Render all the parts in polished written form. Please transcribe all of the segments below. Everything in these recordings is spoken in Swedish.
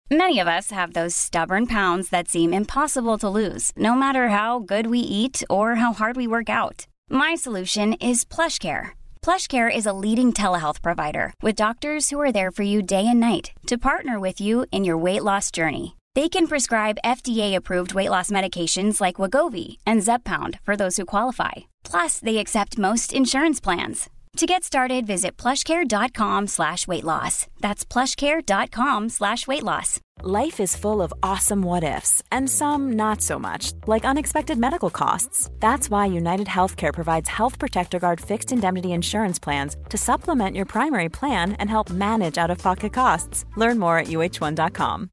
Many of us have those stubborn pounds that seem impossible to lose, no matter how good we eat or how hard we work out. My solution is PlushCare. PlushCare is a leading telehealth provider with doctors who are there for you day and night to partner with you in your weight loss journey. They can prescribe FDA-approved weight loss medications like Wegovy and Zepbound for those who qualify. Plus, they accept most insurance plans. To get started, visit plushcare.com/weightloss. That's plushcare.com/weightloss. Life is full of awesome what-ifs, and some not so much, like unexpected medical costs. That's why United Healthcare provides Health Protector Guard fixed indemnity insurance plans to supplement your primary plan and help manage out-of-pocket costs. Learn more at uh1.com.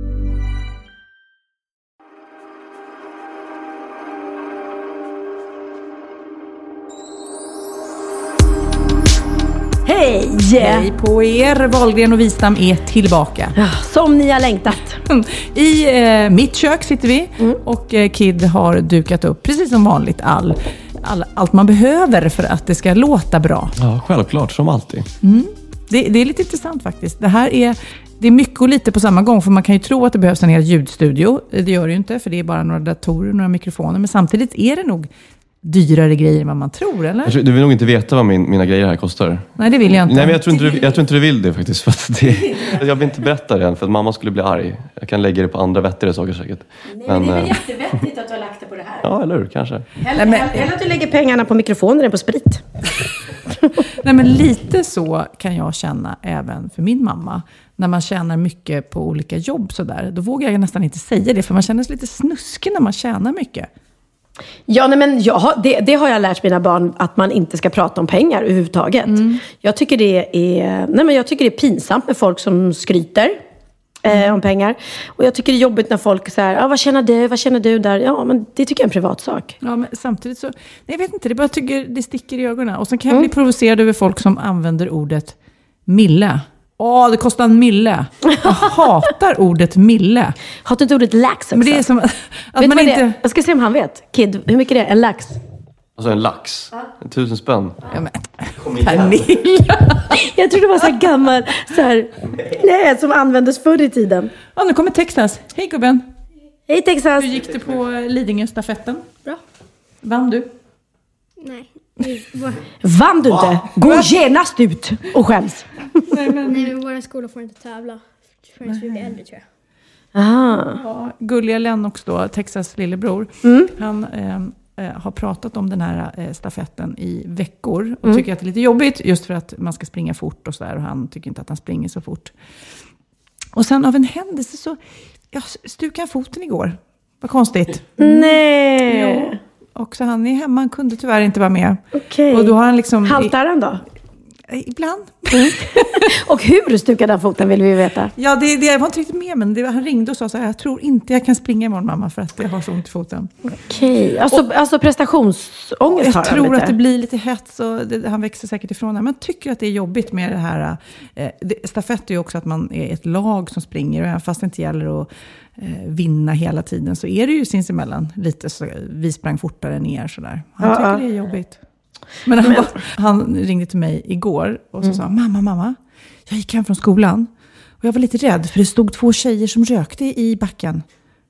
Hej! Hej på er, Wahlgren och Wistam är tillbaka. Som ni har längtat. I mitt kök sitter vi och Kid har dukat upp precis som vanligt allt man behöver för att det ska låta bra. Ja, självklart, som alltid. Det är lite intressant faktiskt. Det är mycket och lite på samma gång, för man kan ju tro att det behövs en hel ljudstudio. Det gör det ju inte, för det är bara några datorer och några mikrofoner. Men samtidigt är det nog dyrare grejer än vad man tror, eller? Du vill nog inte veta vad mina grejer här kostar. Nej, det vill jag inte. Nej, men jag tror inte du vill det faktiskt. För att jag vill inte berätta det än, för att mamma skulle bli arg. Jag kan lägga det på andra vettigare saker säkert. Nej, men det är väl jättevettigt att du har lagt det på det här. Ja, eller hur? Kanske. Eller att du lägger pengarna på mikrofoner än på sprit. Nej, men lite så kan jag känna även för min mamma. När man tjänar mycket på olika jobb sådär, då vågar jag nästan inte säga det, för man känner sig lite snuskig när man tjänar mycket. Ja, nej, men det har jag lärt mina barn, att man inte ska prata om pengar överhuvudtaget. Jag tycker det är pinsamt med folk som skryter om pengar. Och jag tycker det är jobbigt när folk säger, vad känner du där? Ja, men det tycker jag är en privat sak. Ja, men samtidigt så, nej, jag vet inte, det bara tycker det sticker i ögonen. Och sen kan jag bli provocerad över folk som använder ordet mille. Det kostar en mille. Jag hatar ordet mille. Hatar inte ordet lax också? Men det är som att man inte... Jag ska se om han vet. Kid, hur mycket är det? En lax? Alltså en lax. 1000 spänn. Ja, men Pernilla. Jag tror det var så här gammal, nej, som användes förr i tiden. Ja, nu kommer Texas. Hej gubben. Hej Texas. Hur gick det på Lidingö-stafetten? Bra. Vann du? Nej. Vann du inte? Gå genast ut och skäms. Nej, men våra skolor får inte tävla förrän vi blir äldre, tror jag. Ja, gulliga Lennox då, Texas lillebror. Han har pratat om den här stafetten i veckor. Och tycker att det är lite jobbigt just för att man ska springa fort och sådär. Och han tycker inte att han springer så fort. Och sen av en händelse så stukade han foten igår. Vad konstigt. Nej. Ja. Och så han är hemma, han kunde tyvärr inte vara med. Okej. Och då har han liksom... Haltar han då? Ibland. Och hur stukade han foten vill vi veta. Ja, det var inte riktigt med, men han ringde och sa så här: jag tror inte jag kan springa imorgon, mamma, för att jag har så ont i foten. Okej, alltså prestationsångest. Jag tror att det blir lite hets och han växer säkert ifrån det. Man tycker att det är jobbigt med det här. Stafett är ju också att man är ett lag som springer, och även fast det inte gäller att vinna hela tiden, så är det ju sinsemellan lite så, vi sprang fortare än er sådär. Han tycker det är jobbigt. Men han ringde till mig igår och så sa, mamma, jag gick hem från skolan och jag var lite rädd för det stod 2 tjejer som rökte i backen.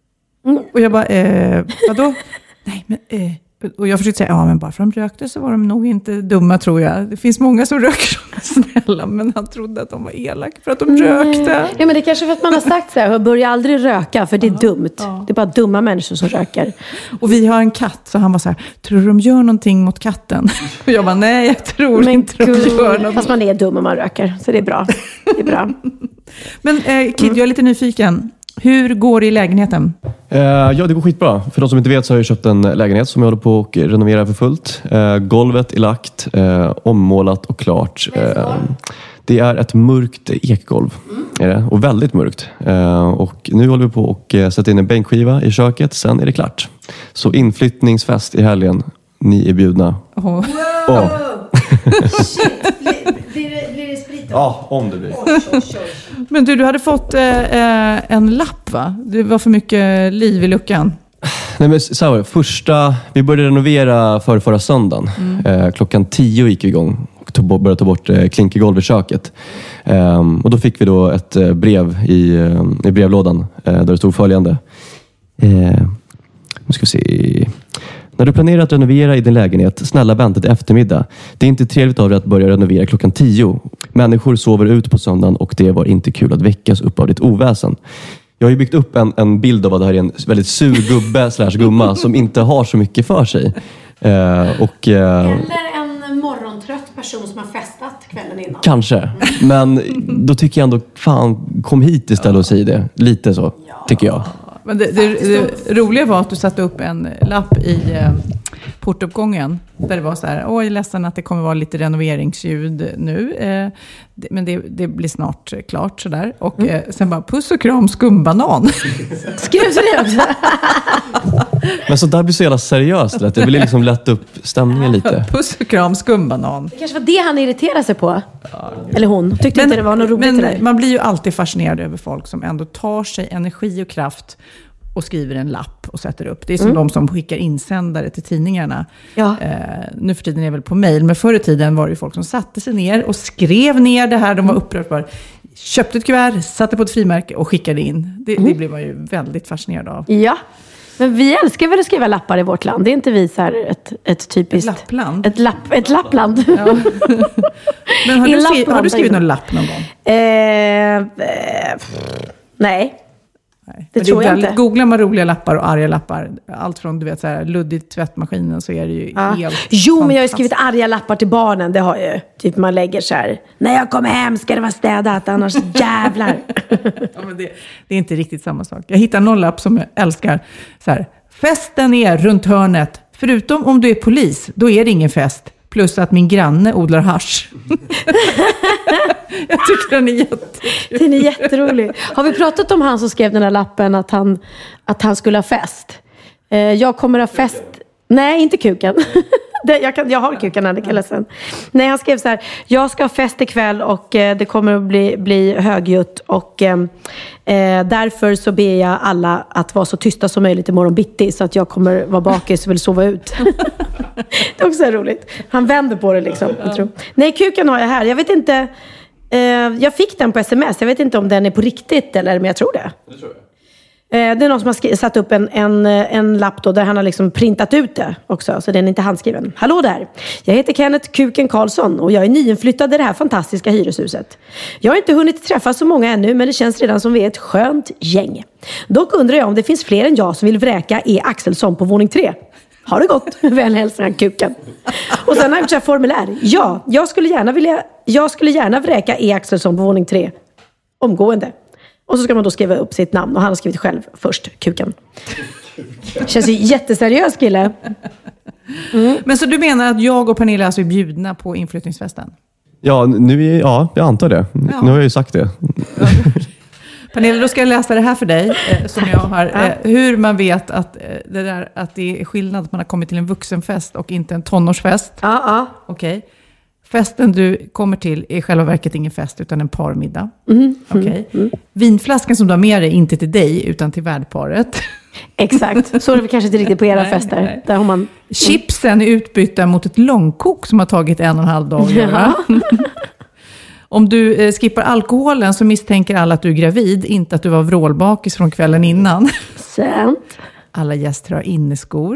Och jag bara, vadå? Nej, men... Och jag försökte säga, men bara för de rökte så var de nog inte dumma, tror jag. Det finns många som röker som är snälla, men han trodde att de var elaka för att de rökte. Ja, men det är kanske för att man har sagt så här, börja aldrig röka, för det är dumt. Ja. Det är bara dumma människor som röker. Och vi har en katt, så han var så här, tror du de gör någonting mot katten? Och jag bara, nej, jag tror inte de gör något. Fast man är dum om man röker, så det är bra. Det är bra. Men Kid, jag är lite nyfiken. Hur går det i lägenheten? Ja, det går skitbra. För de som inte vet så har jag köpt en lägenhet som jag håller på att renovera för fullt. Golvet är lagt, ommålat och klart. Det är ett mörkt ekgolv. Är det? Och väldigt mörkt. Och nu håller vi på att sätta in en bänkskiva i köket. Sen är det klart. Så inflyttningsfest i helgen. Ni är bjudna. Wow. Shit, blir det sprit då? Ja, om det blir. Men du hade fått en lapp, va? Det var för mycket liv i luckan. Nej, men så här, vi började renovera förra söndagen. Klockan 10 gick vi igång. och började ta bort klinkergolv i köket. Och då fick vi då ett brev i brevlådan där det stod följande. Nu ska vi se. När du planerar att renovera i din lägenhet, snälla vänta till eftermiddag. Det är inte trevligt av dig att börja renovera klockan 10. Människor sover ut på söndagen och det var inte kul att väckas upp av ditt oväsen. Jag har ju byggt upp en bild av att det här är en väldigt sur gubbe / gumma som inte har så mycket för sig. Eller en morgontrött person som har festat kvällen innan. Kanske. Men då tycker jag ändå, fan, kom hit istället och säg det. Lite så, tycker jag. Men det roliga var att du satte upp en lapp i portuppgången där det var så här: jag är ledsen att det kommer vara lite renoveringsljud nu, men det blir snart klart sådär. Och sen bara puss och kram skumbanan. Skrev det också? Men så där blir så jävla seriöst. Det vill liksom lätta upp stämningen lite. Puss och kram skumbanan. Det kanske var det han irriterade sig på. Eller hon. Tyckte inte det var något roligt. Men man blir ju alltid fascinerad över folk som ändå tar sig energi och kraft och skriver en lapp och sätter upp. Det är som de som skickar insändare till tidningarna. Ja. Nu för tiden är väl på mejl, men förr i tiden var det ju folk som satte sig ner och skrev ner det här de var upprörda för. Köpte ett kuvert, satte på ett frimärke och skickade in. Det blir man ju väldigt fascinerad av. Ja. Men vi älskar väl att skriva lappar i vårt land. Det är inte vi så här ett typiskt... Lappland? Ett lappland. Ja. Men har du skrivit någon lapp någon gång? Nej. Det tror jag inte. Googlar man roliga lappar och arga lappar, allt från du vet så här luddigt tvättmaskinen, så är det ju helt... Jo, men jag har ju skrivit arga lappar till barnen. Det har jag ju. Typ man lägger så här: när jag kommer hem ska det vara städat, annars jävlar. Ja, men det är inte riktigt samma sak. Jag hittar någon lapp som jag älskar. Så här: festen är runt hörnet. Förutom om du är polis, då är det ingen fest. Plus att min granne odlar hasch. Jag tycker den är jätterolig. Har vi pratat om han som skrev den här lappen att han skulle ha fest? Jag kommer ha fest. Nej, inte kuken. Jag har kuken, Annika, ledsen. Nej, han skrev så här: jag ska ha fest ikväll och det kommer att bli högljutt och därför så ber jag alla att vara så tysta som möjligt imorgon bitti, så att jag kommer vara bakis och vill sova ut. Det är också roligt. Han vänder på det liksom. Jag tror. Nej, kuken har jag här. Jag vet inte. Jag fick den på sms. Jag vet inte om den är på riktigt eller, men jag tror det. Det tror jag. Det är någon som har satt upp en lapp då, där han har liksom printat ut det också, så den är inte handskriven. Hallå där, jag heter Kenneth Kuken Karlsson och jag är nyinflyttad i det här fantastiska hyreshuset. Jag har inte hunnit träffa så många ännu, men det känns redan som vi är ett skönt gäng. Dock undrar jag om det finns fler än jag som vill vräka E. Axelsson på våning 3. Har det gått? Väl hälsar Kuken. Och sen har jag gjort så här formulär. Ja, jag skulle gärna vräka E. Axelsson på våning 3. Omgående. Och så ska man då skriva upp sitt namn. Och han har skrivit själv först, Kuken. Känns ju jätteseriös, kille. Men så du menar att jag och Pernilla alltså är bjudna på inflyttningsfesten? Ja, jag antar det. Ja. Nu har jag ju sagt det. Pernilla, då ska jag läsa det här för dig. Som jag har. Hur man vet att det är skillnad att man har kommit till en vuxenfest och inte en tonårsfest. Ja. Okej. Festen du kommer till är i själva verket ingen fest utan en parmiddag. Vinflaskan som du har med dig inte till dig utan till värdparet. Exakt, så är det kanske inte riktigt på era fester. Nej. Där har man... Chipsen är utbytta mot ett långkok som har tagit 1,5 dag att göra. Om du skippar alkoholen så misstänker alla att du är gravid, inte att du var vrålbakis från kvällen innan. Sant. Alla gäster har inneskor.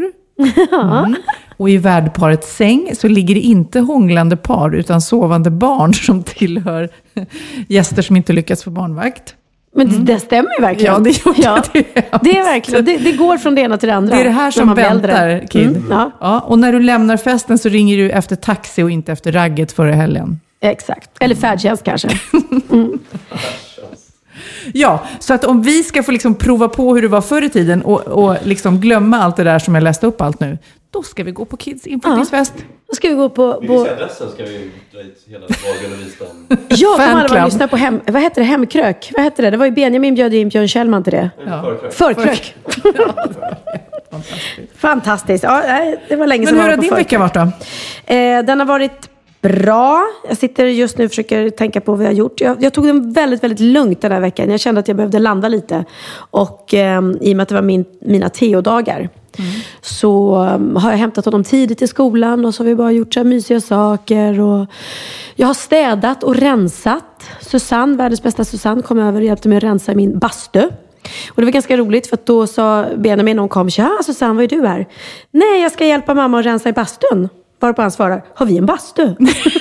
Och i värdparets säng så ligger det inte hånglande par utan sovande barn som tillhör gäster som inte lyckats få barnvakt. Men det stämmer ju verkligen. Ja, det gör det är verkligen. Det går från det ena till det andra. Det är det här som väntar, Kid. Ja, och när du lämnar festen så ringer du efter taxi och inte efter ragget före helgen. Exakt. Eller färdtjänst kanske. Ja, så att om vi ska få liksom prova på hur det var förr i tiden och liksom glömma allt det där som jag läste upp allt nu, då ska vi gå på Kids inflyttningsfest. Då ska vi gå på... Vilken adressen ska vi dra hit hela dagen och visa dem? Ja, de alla var lyssna på vad heter det? Hemkrök. Vad heter det? Det var ju Benjamin bjöd in Björn Kjellman till det. Ja. Förkrök. Fantastiskt. Ja, det var länge sedan. Men hur har din vecka varit då? Den har varit bra. Jag sitter just nu och försöker tänka på vad jag har gjort. Jag tog den väldigt, väldigt lugnt den här veckan. Jag kände att jag behövde landa lite. Och i och med att det var mina Theo-dagar. så har jag hämtat honom tidigt i skolan. Och så har vi bara gjort så här mysiga saker. Och jag har städat och rensat. Susanne, världens bästa Susanne, kom över och hjälpte mig att rensa i min bastu. Och det var ganska roligt för att då sa Benjamin när hon kom: "Ja, Susanne, vad är du här?" "Nej, jag ska hjälpa mamma att rensa i bastun." Varpå han svarar: "Har vi en bastu?"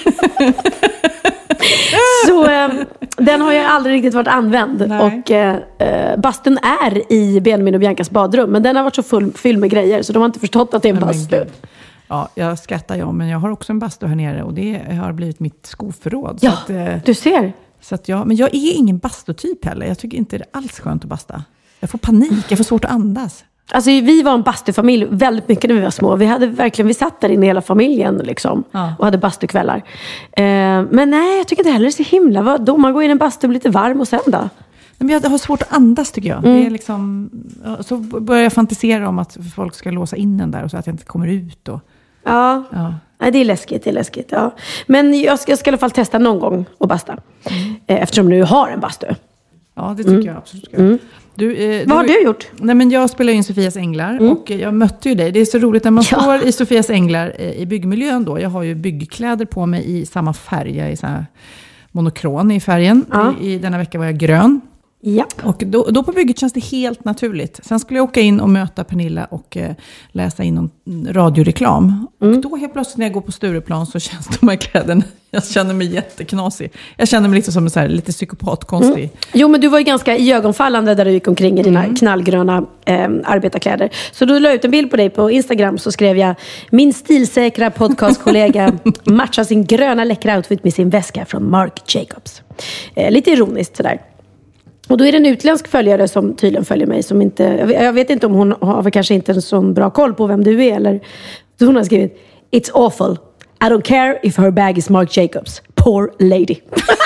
Så den har ju aldrig riktigt varit använd. Nej. Och bastun är i Benjamin och Biancas badrum. Men den har varit så fylld med grejer så de har inte förstått att det är en bastu. Ja, jag skrattar men jag har också en bastu här nere. Och det har blivit mitt skoförråd. Ja, så att, du ser. Så att men jag är ingen bastutyp heller. Jag tycker inte det är alls skönt att basta. Jag får panik, jag får svårt att andas. Alltså vi var en bastufamilj väldigt mycket när vi var små. Vi satt där inne hela familjen liksom, och hade bastukvällar. Men nej, jag tycker inte heller det är så himla. Då man går in i en bastu och blir lite varm och sen då? Men jag har svårt att andas tycker jag. Det är liksom, så börjar jag fantisera om att folk ska låsa in den där och så att jag inte kommer ut. Ja. Nej, det är läskigt. Ja. Men jag ska i alla fall testa någon gång att basta. Eftersom du har en bastu. Ja, det tycker jag absolut. Vad har du gjort? Nej, men jag spelar in Sofias Änglar och jag mötte ju dig. Det är så roligt när man står i Sofias Änglar i byggmiljön då. Jag har ju byggkläder på mig i samma färg. Jag är så här monokron i färgen. I denna vecka var jag grön. Ja. Och då på bygget känns det helt naturligt. Sen skulle jag åka in och möta Pernilla och läsa in någon radioreklam. Och då helt plötsligt när jag går på Stureplan så känns de här kläderna, jag känner mig jätteknasig. Jag känner mig liksom som en så här, lite psykopatkonstig. Jo, men du var ju ganska iögonfallande där du gick omkring i dina knallgröna arbetarkläder. Så då la jag ut en bild på dig på Instagram, så skrev jag: "Min stilsäkra podcastkollega matchar sin gröna läckra outfit med sin väska från Marc Jacobs." Lite ironiskt sådär. Och då är det en utländsk följare som tydligen följer mig som inte, jag vet inte om hon har kanske inte en sån bra koll på vem du är, eller så hon har skrivit: "It's awful. I don't care if her bag is Marc Jacobs. Poor lady."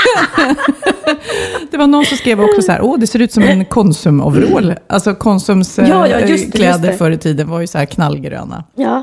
Det var någon som skrev också så här: det ser ut som en Konsum-overall. Alltså Konsums kläder förr i tiden var ju så här knallgröna. Ja.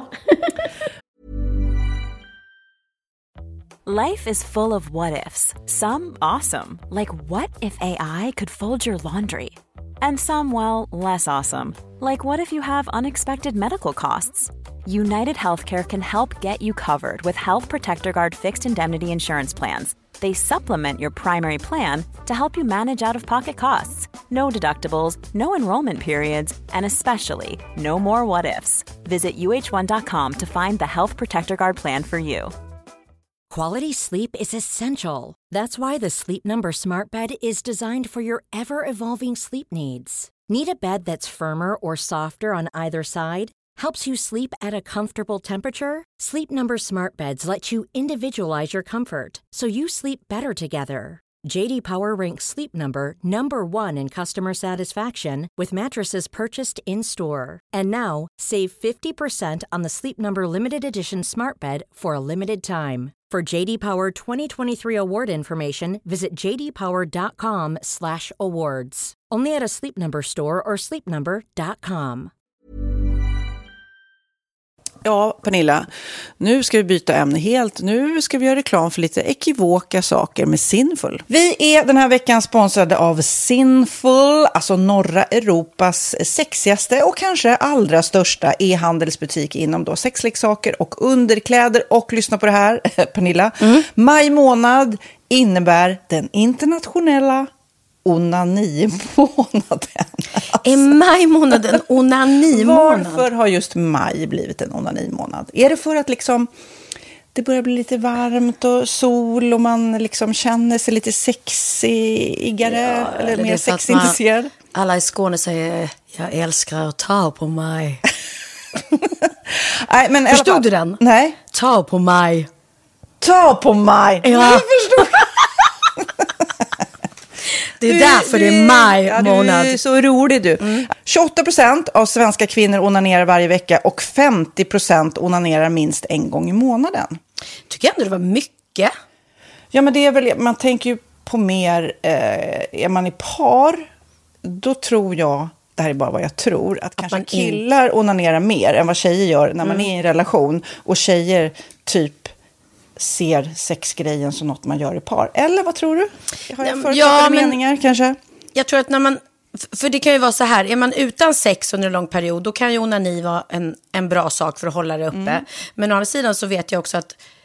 Life is full of what-ifs. Some awesome, like what if AI could fold your laundry? And some, well, less awesome, like what if you have unexpected medical costs? United Healthcare can help get you covered with Health Protector Guard fixed indemnity insurance plans. They supplement your primary plan to help you manage out-of-pocket costs. No deductibles, no enrollment periods, and especially no more what-ifs. Visit uh1.com to find the Health Protector Guard plan for you. Quality sleep is essential. That's why the Sleep Number Smart Bed is designed for your ever-evolving sleep needs. Need a bed that's firmer or softer on either side? Helps you sleep at a comfortable temperature? Sleep Number Smart Beds let you individualize your comfort, so you sleep better together. J.D. Power ranks Sleep Number #1 in customer satisfaction with mattresses purchased in-store. And now, save 50% on the Sleep Number Limited Edition Smart Bed for a limited time. For J.D. Power 2023 award information, visit jdpower.com/awards. Only at a Sleep Number store or sleepnumber.com. Ja, Pernilla, nu ska vi byta ämne helt. Nu ska vi göra reklam för lite ekivoka saker med Sinful. Vi är den här veckan sponsrade av Sinful, alltså norra Europas sexigaste och kanske allra största e-handelsbutik inom då sexleksaker och underkläder. Och lyssna på det här, Pernilla. Maj månad innebär den internationella onanimånaden. Är maj månaden onanimånad? Varför har just maj blivit en onanimånad? Är det för att liksom det börjar bli lite varmt och sol och man liksom känner sig lite sexigare eller mer sexintresserad? Alla i Skåne säger jag älskar att ta på mig. Nej, men förstod du den? Nej. Ta på mig. Ta på mig. Ja. Jag förstod. Det är därför det är maj månad. Du är så rolig du. 28% av svenska kvinnor onanerar varje vecka och 50% onanerar minst en gång i månaden. Tycker jag ändå det var mycket. Ja, men det är väl, man tänker ju på mer, är man i par, då tror jag, det här är bara vad jag tror, att kanske killar onanerar mer än vad tjejer gör när man är i en relation. Och tjejer typ ser sexgrejen som något man gör i par. Eller vad tror du? Har jag förutsatta meningar kanske? Jag tror att när man För det kan ju vara så här, är man utan sex under en lång period, då kan ju onani vara en bra sak för att hålla det uppe. Men å andra sidan så vet jag också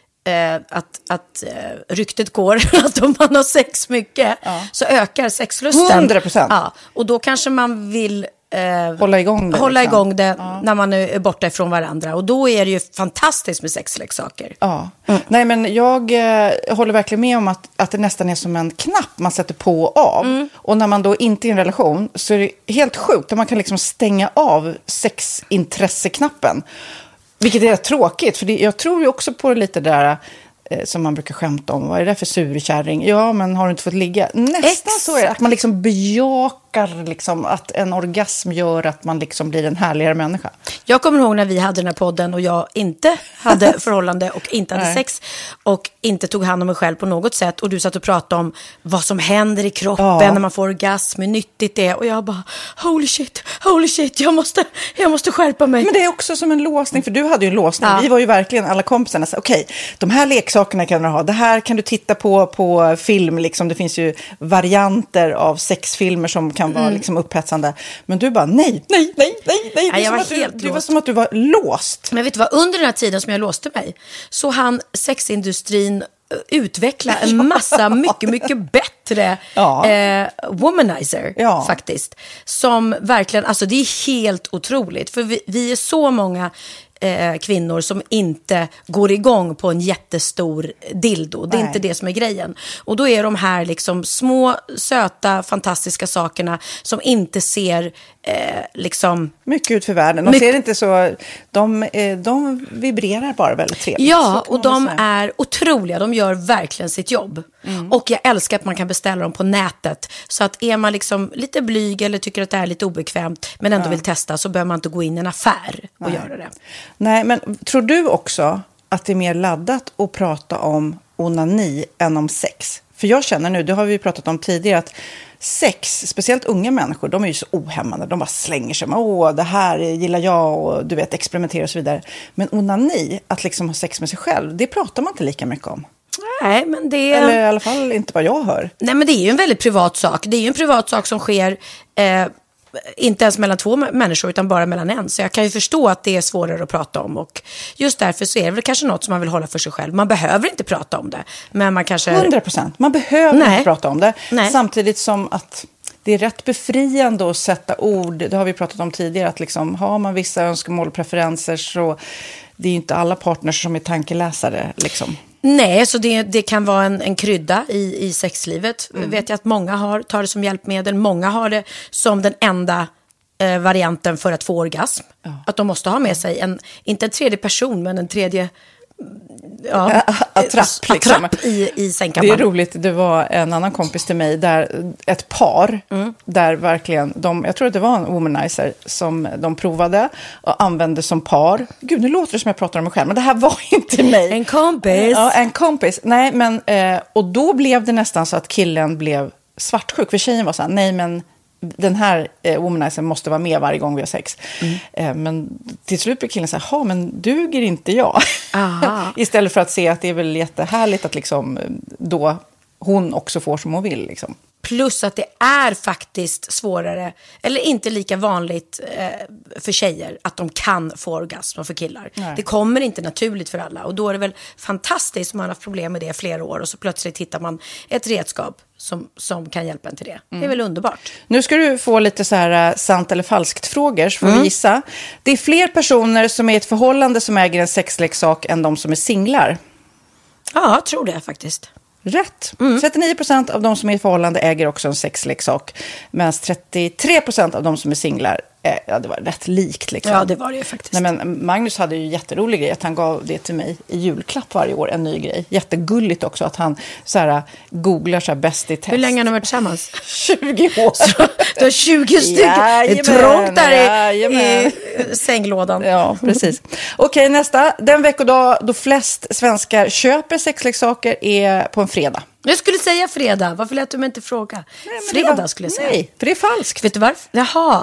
att ryktet går att om man har sex mycket så ökar sexlusten. 100%. Ja, och då kanske man vill hålla igång det när man är borta ifrån varandra. Och då är det ju fantastiskt med sexleksaker. Ja. Nej, men jag håller verkligen med om att det nästan är som en knapp man sätter på och av. Och när man då inte är i en relation så är det helt sjukt. Man kan liksom stänga av sexintresseknappen. Vilket är tråkigt, för jag tror ju också på lite där som man brukar skämta om. Vad är det för surkärring? Ja, men har du inte fått ligga? Nästan så är det, att man liksom bejakar liksom att en orgasm gör att man liksom blir en härligare människa. Jag kommer ihåg när vi hade den här podden och jag inte hade förhållande och inte hade sex och inte tog hand om mig själv på något sätt. Och du satt och pratade om vad som händer i kroppen när man får orgasm, hur nyttigt det är. Och jag bara, holy shit, jag måste skärpa mig. Men det är också som en låsning, för du hade ju en låsning. Vi var ju verkligen alla kompisarna. Okej, de här leksakerna kan du ha. Det här kan du titta på film. Liksom. Det finns ju varianter av sexfilmer som kan vara liksom upphetsande. Men du bara, nej. Det var som att du var låst. Men vet du vad, under den här tiden som jag låste mig så hann sexindustrin utveckla en massa mycket bättre womanizer faktiskt. Som verkligen, alltså det är helt otroligt. För vi är så många kvinnor som inte går igång på en jättestor dildo. Det är inte det som är grejen. Och då är de här liksom små, söta, fantastiska sakerna som inte ser liksom... mycket ut för världen. De ser inte så... De vibrerar bara väldigt trevligt. Ja, och de är otroliga. De gör verkligen sitt jobb. Och jag älskar att man kan beställa dem på nätet. Så att är man liksom lite blyg eller tycker att det är lite obekvämt men ändå vill testa, så behöver man inte gå in i en affär och göra det. Nej, men tror du också att det är mer laddat att prata om onani än om sex? För jag känner nu, det har vi pratat om tidigare, att sex, speciellt unga människor, de är ju så ohämmande. De bara slänger sig med, det här gillar jag och du vet, experimentera och så vidare. Men onani, att liksom ha sex med sig själv, det pratar man inte lika mycket om. Nej, men det... Eller i alla fall inte vad jag hör. Nej, men det är ju en väldigt privat sak. Det är ju en privat sak som sker... inte ens mellan två människor utan bara mellan en. Så jag kan ju förstå att det är svårare att prata om. Och just därför så är det väl kanske något som man vill hålla för sig själv. Man behöver inte prata om det. Men man kanske... 100%. Man behöver inte prata om det. Nej. Samtidigt som att det är rätt befriande att sätta ord. Det har vi pratat om tidigare. Att liksom, har man vissa önskemål och preferenser så det är ju inte alla partners som är tankeläsare liksom. Nej, så det kan vara en krydda i sexlivet. Vet jag att många tar det som hjälpmedel. Många har det som den enda varianten för att få orgasm. Att de måste ha med sig inte en tredje person, men en tredje attrapp i sängkammaren. Det är roligt, det var en annan kompis till mig där ett par där verkligen jag tror att det var en womanizer som de provade och använde som par. Gud, nu låter det som jag pratar om mig själv, men det här var inte mig. En kompis. Ja, en kompis. Nej, men och då blev det nästan så att killen blev svartsjuk, för tjejen var så här, nej men den här womanizern måste vara med varje gång vi har sex. Men till slut blir killen så här, men duger inte jag? Istället för att se att det är väl jättehärligt att liksom då hon också får som hon vill liksom. Plus att det är faktiskt svårare, eller inte lika vanligt för tjejer att de kan få orgasm för killar. Nej. Det kommer inte naturligt för alla. Och då är det väl fantastiskt om man har haft problem med det flera år och så plötsligt hittar man ett redskap som kan hjälpa en till det. Det är väl underbart. Nu ska du få lite så här sant eller falskt frågor, så får vi gissa. Det är fler personer som är i ett förhållande som äger en sexleksak än de som är singlar. Ja, jag tror det faktiskt. Rätt. 39% av de som är i förhållande äger också en sexleksak. Medan 33% av de som är singlar, det var rätt likt liksom. Ja, det var det ju faktiskt. Nej, men Magnus hade ju jätterolig grej att han gav det till mig i julklapp varje år, en ny grej. Jättegulligt också att han så här, googlar så här bäst i test. Hur länge har ni varit tillsammans? 20 år. Så, du har 20 stycken. Det är trångt där i sänglådan. Ja, precis. Okej, nästa. Den veckodag då flest svenskar köper sexleksaker är på en fredag. Jag skulle säga fredag. Varför lät du mig inte fråga? Fredag skulle jag säga. Nej, för det är falskt. Vet du varför? Jaha.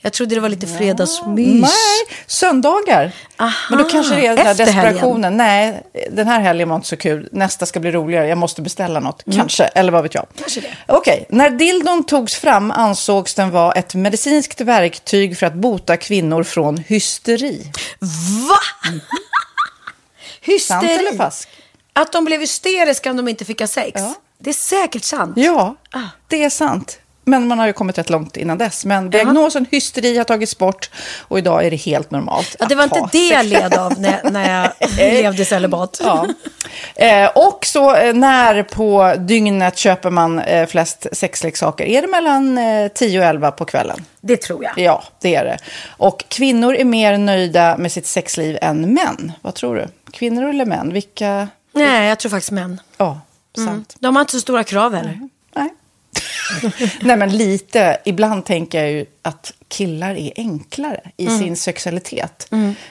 Jag trodde det var lite fredagsmys. Nej, söndagar. Aha, men då kanske det är den där efter desperationen. helgen. Nej, den här helgen var inte så kul. Nästa ska bli roligare. Jag måste beställa något. Kanske, eller vad vet jag. Kanske det. Okej, när dildon togs fram ansågs den vara ett medicinskt verktyg för att bota kvinnor från hysteri. Va? Hysteri? Sant eller falskt? Att de blev hysteriska om de inte fick ha sex. Ja. Det är säkert sant. Ja, det är sant. Men man har ju kommit rätt långt innan dess. Men diagnosen hysteri har tagits bort och idag är det helt normalt. Ja, det var inte det jag led av när jag levde i celibat. Ja. Och så när på dygnet köper man flest sexleksaker? Är det mellan 10 och 11 på kvällen? Det tror jag. Ja, det är det. Och kvinnor är mer nöjda med sitt sexliv än män. Vad tror du? Kvinnor eller män? Vilka? Nej, jag tror faktiskt män. Ja, sant. De har inte så stora krav heller. Nej. Nej, men lite. Ibland tänker jag ju att killar är enklare i sin sexualitet.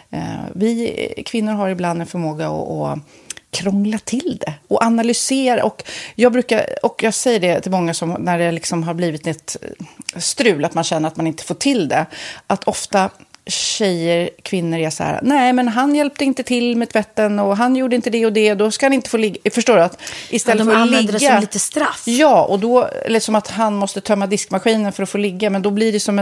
Vi kvinnor har ibland en förmåga att krångla till det och analysera. Och jag säger det till många som när det liksom har blivit ett strul, att man känner att man inte får till det. Att ofta kvinnor är så här, nej men han hjälpte inte till med tvätten och han gjorde inte det och det, då ska han inte få ligga. Förstår du? Att istället för att ligga. De använder det som lite straff. Ja, och då eller som att han måste tömma diskmaskinen för att få ligga, men då blir det som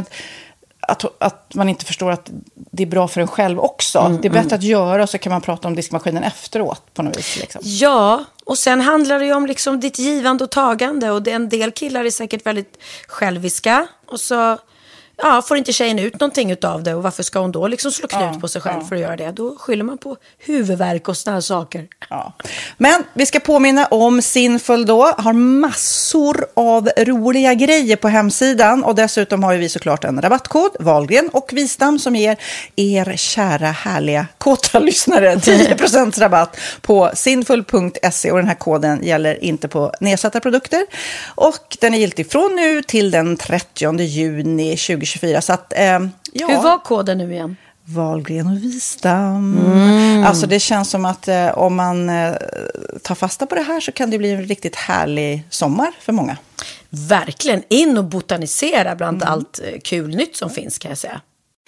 att man inte förstår att det är bra för en själv också. Det är bättre att göra, och så kan man prata om diskmaskinen efteråt på något vis. Liksom. Ja, och sen handlar det ju om liksom ditt givande och tagande. Och en del killar är säkert väldigt själviska. Och så får inte tjejen ut någonting utav det. Och varför ska hon då liksom slå knut på sig själv för att göra det? Då skyller man på huvudvärk och såna här saker. Ja. Men vi ska påminna om Sinful då. Har massor av roliga grejer på hemsidan. Och dessutom har vi såklart en rabattkod, Wahlgren och Wistam, som ger er kära, härliga, kåta lyssnare 10% rabatt på sinful.se. Och den här koden gäller inte på nedsatta produkter. Och den är giltig från nu till den 30 juni 2024. Så att, hur var koden nu igen? Wahlgren och Wistam. Alltså det känns som att om man tar fasta på det här så kan det bli en riktigt härlig sommar för många. Verkligen, in och botanisera bland allt kul nytt som finns, kan jag säga.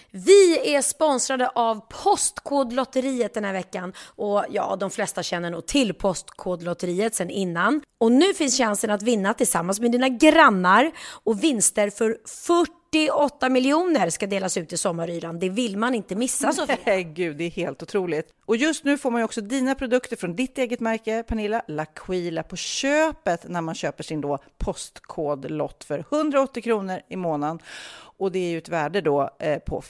Vi är sponsrade av Postkodlotteriet den här veckan. Och de flesta känner nog till Postkodlotteriet sedan innan. Och nu finns chansen att vinna tillsammans med dina grannar. Och vinster för 48 miljoner ska delas ut i sommaryran. Det vill man inte missa, Sofie. Gud, det är helt otroligt. Och just nu får man ju också dina produkter från ditt eget märke, Pernilla, L'Aquila, på köpet när man köper sin då postkodlott för 180 kronor i månaden. Och det är ju ett värde då på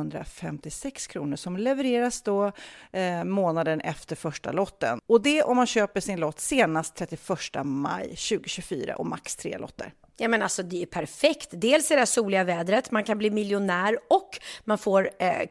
556 kronor som levereras då månaden efter första lotten. Och det om man köper sin lott senast 31 maj 2024 och max 3 lotter. Ja, men alltså det är perfekt. Dels är det soliga vädret, man kan bli miljonär och man får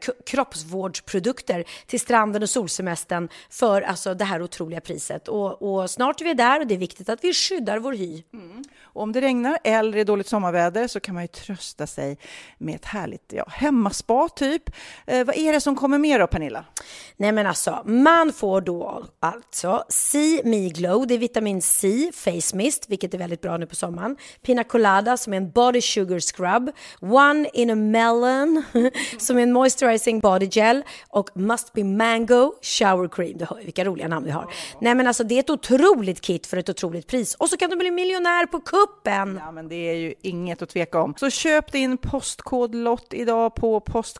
kroppsvårdsprodukter till stranden och solsemestern för alltså det här otroliga priset. Och snart är vi där och det är viktigt att vi skyddar vår hy. Och om det regnar eller är dåligt sommarväder så kan man ju trösta sig med ett härligt hemmaspa typ. Vad är det som kommer mer då, Pernilla? Nej, men alltså man får då alltså See Me Glow, det är vitamin C face mist, vilket är väldigt bra nu på sommaren. Pina Colada som är en body sugar scrub, One in a Melon som är en moisturizing body gel och Must Be Mango shower cream. Du hör vilka roliga namn vi har. Nej, men alltså det är ett otroligt kit för ett otroligt pris. Och så kan du bli miljonär på kuppen. Ja, men det är ju inget att tveka om. Så köp din postkodlott idag på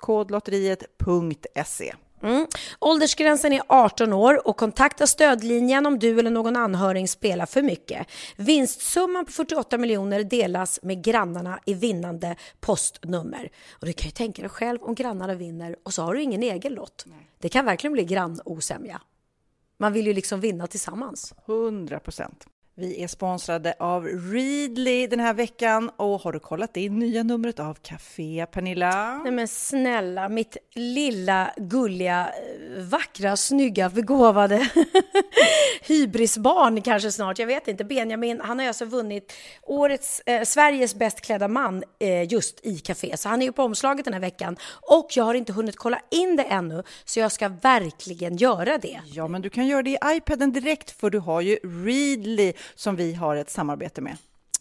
postkodlotteriet.se. Åldersgränsen är 18 år och kontakta stödlinjen om du eller någon anhörig spelar för mycket. Vinstsumman på 48 miljoner delas med grannarna i vinnande postnummer. Och du kan ju tänka dig själv om grannarna vinner och så har du ingen egen lott. Nej. Det kan verkligen bli grannosämja. Man vill ju liksom vinna tillsammans. 100%. Vi är sponsrade av Readly den här veckan. Och har du kollat det nya numret av Café, Pernilla? Nej men snälla, mitt lilla, gulliga, vackra, snygga, begåvade hybrisbarn kanske snart. Jag vet inte, Benjamin, han har alltså vunnit årets Sveriges bäst klädda man just i Café. Så han är ju på omslaget den här veckan. Och jag har inte hunnit kolla in det ännu. Så jag ska verkligen göra det. Ja, men du kan göra det i iPaden direkt för du har ju Readly som vi har ett samarbete med.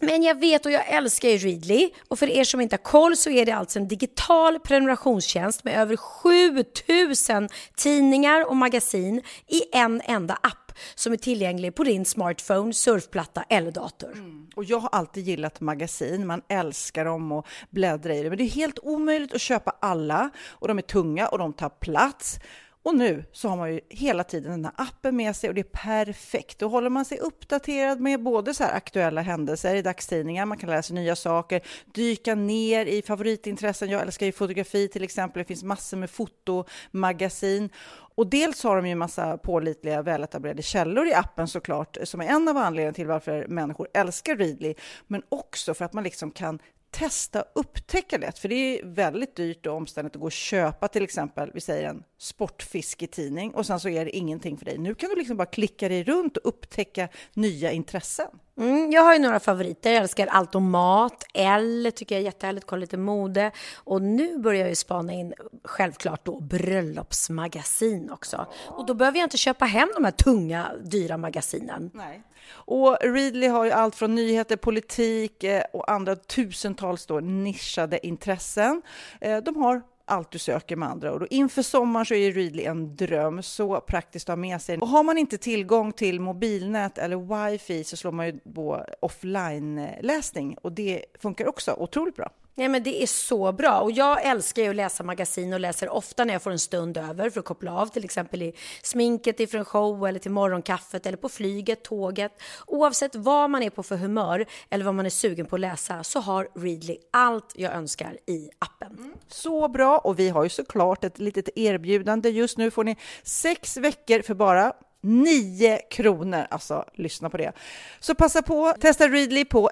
Men jag vet och jag älskar ju Readly. Och för er som inte har koll så är det alltså en digital prenumerationstjänst med över 7000 tidningar och magasin i en enda app som är tillgänglig på din smartphone, surfplatta eller dator. Och jag har alltid gillat magasin, man älskar dem och bläddra i det. Men det är helt omöjligt att köpa alla och de är tunga och de tar plats. Och nu så har man ju hela tiden den här appen med sig och det är perfekt. Då håller man sig uppdaterad med både så här aktuella händelser i dagstidningar. Man kan läsa nya saker, dyka ner i favoritintressen. Jag älskar ju fotografi till exempel. Det finns massor med fotomagasin. Och dels har de ju en massa pålitliga, väletablerade källor i appen såklart. Som är en av anledningarna till varför människor älskar Readly. Men också för att man liksom kan testa upptäcka det. För det är väldigt dyrt och omständigt att gå och köpa till exempel, vi säger en sportfisketidning och sen så är det ingenting för dig. Nu kan du liksom bara klicka dig runt och upptäcka nya intressen. Jag har ju några favoriter. Jag älskar allt om mat. Eller tycker jag är jättehärligt, kolla lite mode. Och nu börjar jag ju spana in självklart då bröllopsmagasin också. Och då behöver jag inte köpa hem de här tunga, dyra magasinen. Nej. Och Readly har ju allt från nyheter, politik och andra tusentals då nischade intressen. De har allt du söker med andra ord. Och inför sommar så är Readly en dröm, så praktiskt att ha med sig. Och har man inte tillgång till mobilnät eller wifi så slår man ju på offline-läsning. Och det funkar också otroligt bra. Ja, men det är så bra och jag älskar ju att läsa magasin och läser ofta när jag får en stund över för att koppla av, till exempel i sminket ifrån en show eller till morgonkaffet eller på flyget, tåget. Oavsett vad man är på för humör eller vad man är sugen på att läsa så har Readly allt jag önskar i appen. Så bra, och vi har ju såklart ett litet erbjudande. Just nu får ni 6 veckor för bara 9 kronor, alltså lyssna på det. Så passa på, testa Readly på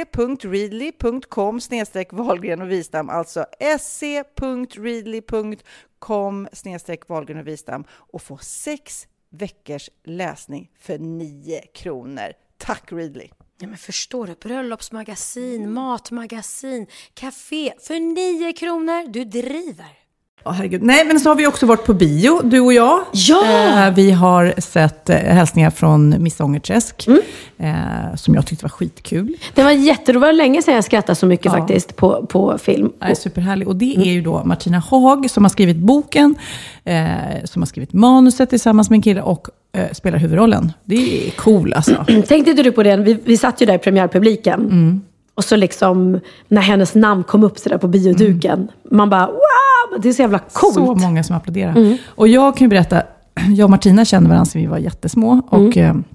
se.readly.com/Wahlgren och Wistam, alltså se.readly.com/Wahlgren och Wistam och få 6 veckors läsning för 9 kronor. Tack Readly! Ja, men förstår du, bröllopsmagasin, matmagasin, café för 9 kronor, du driver. Herregud. Nej, men så har vi också varit på bio, du och jag. Ja! Vi har sett hälsningar från Miss Ångerträsk, som jag tyckte var skitkul. Det var jätteroligt, det var länge sedan jag skrattade så mycket faktiskt på film. Det är superhärligt. Och det är ju då Martina Haag som har skrivit boken, som har skrivit manuset tillsammans med en kille och spelar huvudrollen. Det är cool alltså. Tänkte inte du på det? Vi satt ju där i premiärpubliken. Och så liksom, när hennes namn kom upp så där på bioduken. Man bara, wow! Det är så jävla coolt. Så många som applåderar. Och jag kan ju berätta, jag och Martina kände varandra sedan vi var jättesmå. Och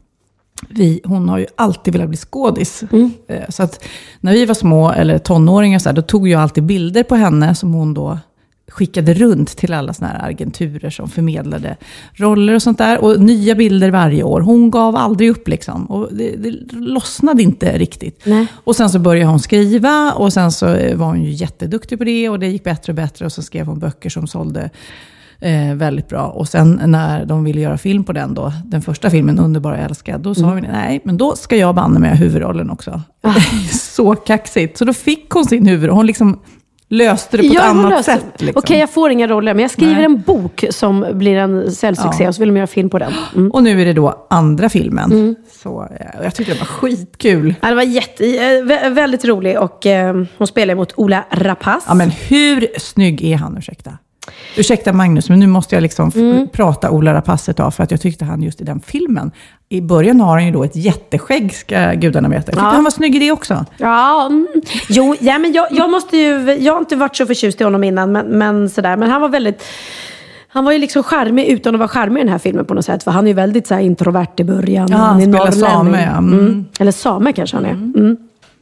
hon har ju alltid velat bli skådis. Så att när vi var små, eller tonåringar, så här, då tog jag alltid bilder på henne som hon då skickade runt till alla såna här agenturer som förmedlade roller och sånt där. Och nya bilder varje år. Hon gav aldrig upp liksom. Och det lossnade inte riktigt. Nej. Och sen så började hon skriva. Och sen så var hon ju jätteduktig på det. Och det gick bättre och bättre. Och så skrev hon böcker som sålde väldigt bra. Och sen när de ville göra film på den då, den första filmen, Underbar och älskad, då sa vi nej, men då ska jag banna med huvudrollen också. Så kaxigt. Så då fick hon sin huvudroll. Hon liksom löste det på ett annat sätt. Liksom. Okej, jag får inga roller, men jag skriver en bok som blir en säljsuccé och så vill de göra film på den. Och nu är det då andra filmen. Så jag tyckte det var skitkul. Ja, det var väldigt rolig och hon spelar mot Ola Rapace. Ja, men hur snygg är han, Ursäkta Magnus, men nu måste jag liksom prata Ola Rapace ett tag, för att jag tyckte han just i den filmen, i början har han ju då ett jätteskägg, ska gudarna veta. Jag tyckte han var snygg i det också. Ja, jo, ja, men jag har inte varit så förtjust i honom innan, men sådär, men han var ju liksom charmig utan att vara charmig i den här filmen på något sätt, för han är ju väldigt så här introvert i början. Ja, han spelar same. Eller same kanske han är.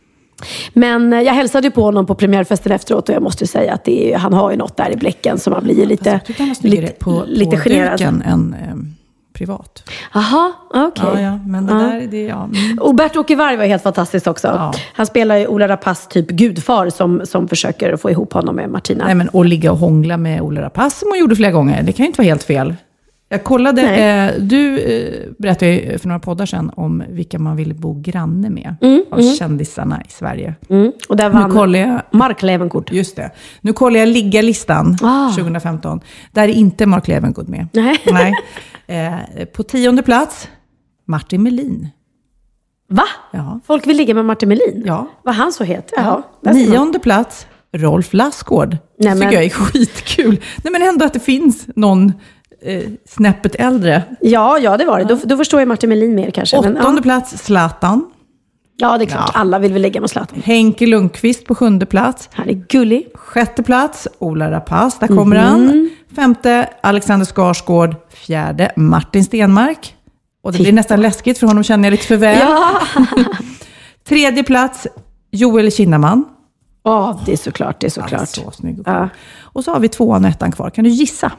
Men jag hälsade ju på honom på premiärfesten efteråt och jag måste ju säga att han har ju något där i blicken som man blir lite generad. Än privat. Aha, okej. Ja, men det där, det Och Bert-Åke Varg var helt fantastiskt också. Ja. Han spelar ju Ola Rapace typ gudfar som försöker få ihop honom med Martina. Nej, men att ligga och hångla med Ola Rapace som hon gjorde flera gånger, det kan ju inte vara helt fel. Jag kollade, du berättade ju för några poddar sedan om vilka man ville bo granne med av kändisarna i Sverige. Och där var Mark Levengood. Just det. Nu kollar jag ligga-listan 2015. Där är inte Mark Levengood med. Nej. På 10:e plats, Martin Melin. Va? Ja. Folk vill ligga med Martin Melin? Ja. Var han så het? Ja. 9:e plats, Rolf Lassgård. Det tycker jag är skitkul. Nej, men ändå att det finns någon snäppet äldre. Ja, det var det. Då förstår jag Martin Melin mer kanske. 8:e plats, Zlatan. Ja, det är klart. Ja. Alla vill väl lägga med Zlatan. Henke Lundqvist på 7:e plats. Han är gullig. 6:e plats, Ola Rapace. Där kommer han. 5:e, Alexander Skarsgård. 4:e, Martin Stenmark. Och det blir nästan läskigt för honom, känner jag lite för väl. Ja. 3:e plats, Joel Kinnaman. Ja, det är såklart. Så snygg. Ja. Och så har vi 2:an och 1:an kvar. Kan du gissa?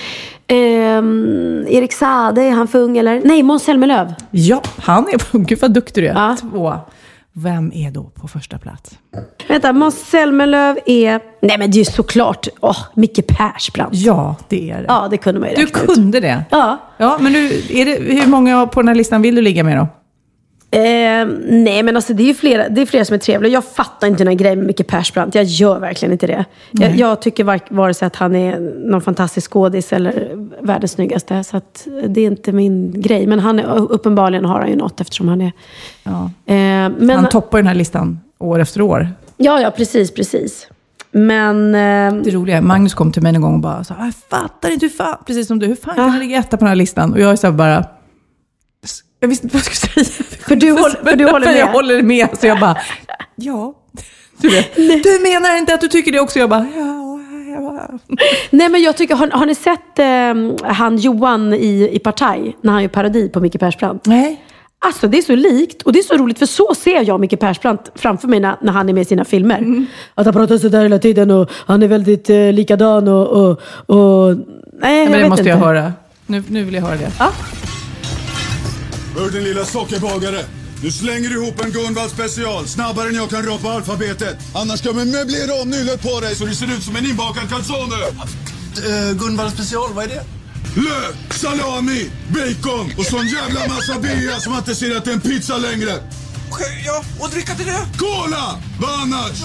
Erik Saade, är han för ung eller? Nej, Måns Zelmerlöw. Ja, han är... Gud vad duktig du är. Ja. 2. Vem är då på första plats? Vänta, Måns Zelmerlöw är... Nej, men det är såklart Micke Persbrandt. Ja, det är det. Ja, det kunde man ju räkna ut. Du kunde det? Ja. Ja, men nu, hur många på den här listan vill du ligga med då? Nej, men alltså det är flera som är trevliga. Jag fattar inte den här grejen med Micke Persbrandt. Jag gör verkligen inte det. Jag tycker vare sig att han är någon fantastisk skådis eller världens snyggaste. Så att det är inte min grej. Men han är, uppenbarligen har han ju något eftersom han är... Ja. Men han toppar den här listan år efter år. Ja, precis. Men... Det roliga är, Magnus kom till mig en gång och bara sa, jag fattar inte precis som du, hur fan kan han ligga etta på den här listan? Och jag är så bara... Jag visste inte vad jag skulle säga. För du håller med? Jag håller med. Så jag bara, ja. Du vet. Du menar inte att du tycker det också? Jag bara, ja. Nej, men jag tycker, har ni sett han Johan i Partaj? När han gör parodi på Micke Persbrandt? Nej. Alltså det är så likt. Och det är så roligt, för så ser jag Micke Persbrandt framför mig när han är med i sina filmer. Att han pratar så där hela tiden och han är väldigt likadan och nej, men det måste jag höra. Nu vill jag höra det. Ja. Hör din lilla sockerbagare. Nu slänger du ihop en Gunvald special snabbare än jag kan rapa alfabetet. Annars ska man möblera om nyllet på dig så det ser ut som en inbakad calzone. Gunvald special, vad är det? Lök, salami, bacon och sån jävla massa bea som man inte ser att det är en pizza längre. Ja, och dricka till det? Cola! Vad annars?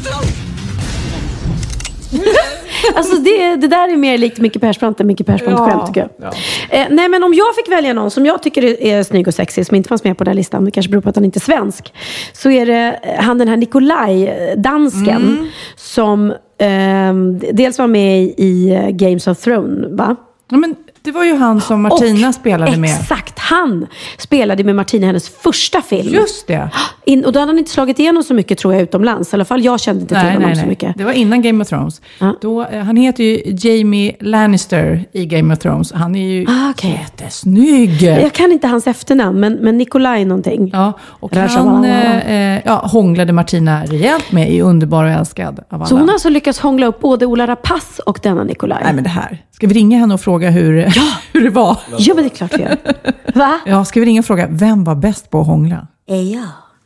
Alltså det där är mer likt Micke Persbrandt än Micke Persbrandt själv, tycker jag. Ja. Nej, men om jag fick välja någon som jag tycker är snygg och sexig, som inte fanns med på den här listan, det kanske beror på att han inte är svensk, så är det han, den här Nikolaj, dansken, som dels var med i Games of Thrones, va? Ja, men det var ju han som Martina spelade med. Exakt, han spelade med Martina i hennes första film. Just det. Och då hade han inte slagit igenom så mycket, tror jag, utomlands. I alla fall jag kände inte till honom så mycket. Det var innan Game of Thrones. Då, han heter ju Jamie Lannister i Game of Thrones. Han är ju jättesnygg. Jag kan inte hans efternamn, men Nikolaj någonting. Ja, och han hånglade Martina rejält med i Underbar och älskad av alla. Så hon har alltså lyckats hångla upp både Ola Rapace och denna Nikolaj. Nej, men det här. Ska vi ringa henne och fråga hur det var? Ja, men det är klart vi gör. Va? Ja, ska vi ringa och fråga vem var bäst på att hångla? Ja.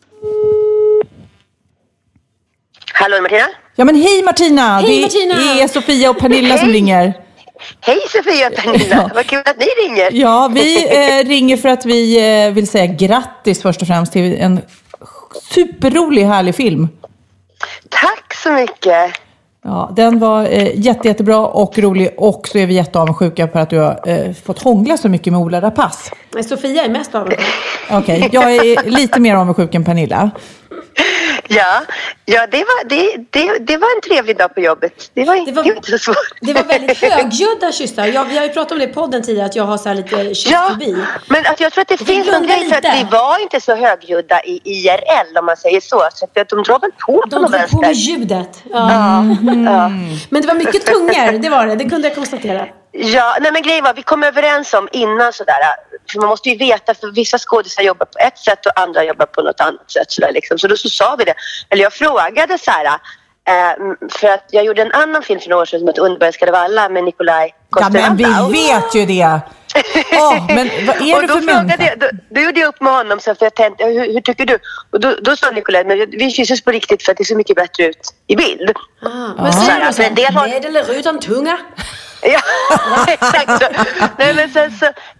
Hallå Martina? Ja, men hej Martina! Hej Martina! Det är Sofia och Pernilla som ringer. Hej Sofia och Pernilla, vad kul att ni ringer. Ja, vi ringer för att vi vill säga grattis först och främst till en superrolig, härlig film. Tack så mycket. Ja, den var jättebra och rolig, och så är vi jätteavundsjuka på att du har fått hångla så mycket med Ola Rapace. Nej, Sofia är mest avundsjuk. Okej, jag är lite mer avundsjuk än Pernilla. Ja, det var en trevlig dag på jobbet. Det var inte så svårt. Det var väldigt högljudda kyssar. Vi har ju pratat om det i podden tidigare, att jag har så här lite kysstfobi. Ja, men att jag tror att det finns en grej för att vi var inte så högljudda i IRL, om man säger så. Så att de drar väl på de drog på med ljudet. Ja. Men det var mycket tungor, det var det. Det kunde jag konstatera. Ja, nej men grejen var, vi kom överens om innan sådär, för man måste ju veta, för vissa skådespelare jobbar på ett sätt och andra jobbar på något annat sätt sådär liksom. Så då så sa vi det, eller jag frågade såhär, för att jag gjorde en annan film för några år sedan som heter Underbar och älskad av alla med Nikolaj Coster. Ja, men vi vet ju det. Men vad är det för människa? Då gjorde jag upp med honom så för jag tänkte, hur tycker du? Och då sa Nikolaj, men vi kysses på riktigt för att det ser mycket bättre ut i bild. Men säger du så här, med eller utan tunga? Ja, exakt så. Nej, men sen så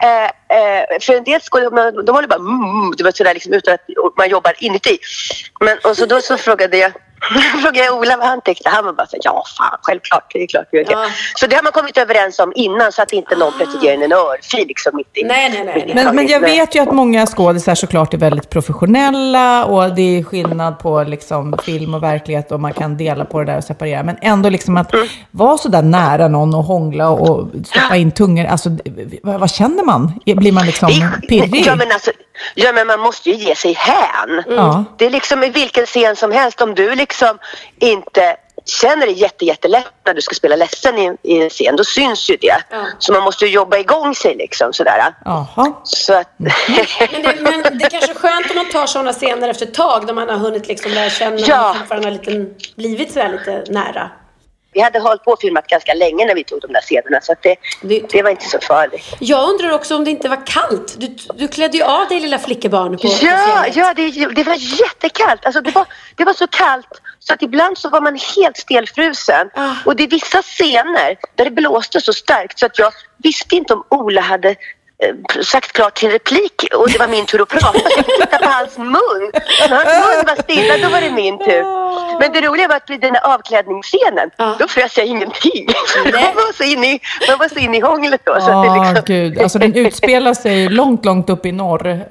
för en del skådespelare, de håller bara det var sådär liksom utan att man jobbar inuti. Men, och så då så frågade jag Ola vad han tyckte. Han var bara så ja fan, självklart, det är klart vi gör det. Ja. Så det har man kommit överens om innan så att inte någon plötsligt ger en örfil liksom mitt i. Nej. Men jag vet ju att många skådespelare såklart är väldigt professionella och det är skillnad på liksom film och verklighet och man kan dela på det där och separera. Men ändå liksom att vara så där nära någon och hångla och stoppa in tungor. Alltså, vad känner man? Blir man liksom pirrig? Ja, men man måste ju ge sig hän. Det är liksom i vilken scen som helst. Om du liksom inte känner dig jättelätt när du ska spela ledsen i en scen, då syns ju det. Så man måste ju jobba igång sig liksom sådär. Så att... men det är kanske skönt om man tar sådana scener efter ett tag då man har hunnit liksom lära känna varandra blivit sådär lite nära. Vi hade hållit på och filmat ganska länge när vi tog de där scenerna, så att det var inte så farligt. Jag undrar också om det inte var kallt. Du klädde ju av dig lilla flickebarn på det var jättekallt. Alltså det var så kallt så att ibland så var man helt stelfrusen. Och det är vissa scener där det blåste så starkt så att jag visste inte om Ola hade sagt klart till replik och det var min tur att prata. Jag tittade på hans mun. När hans mun var stilla, då var det min tur. Men det roliga var att vid den här avklädningsscenen då frös jag ingenting. Man var så inne i hånglet då. Gud. Alltså den utspelar sig långt upp i norr.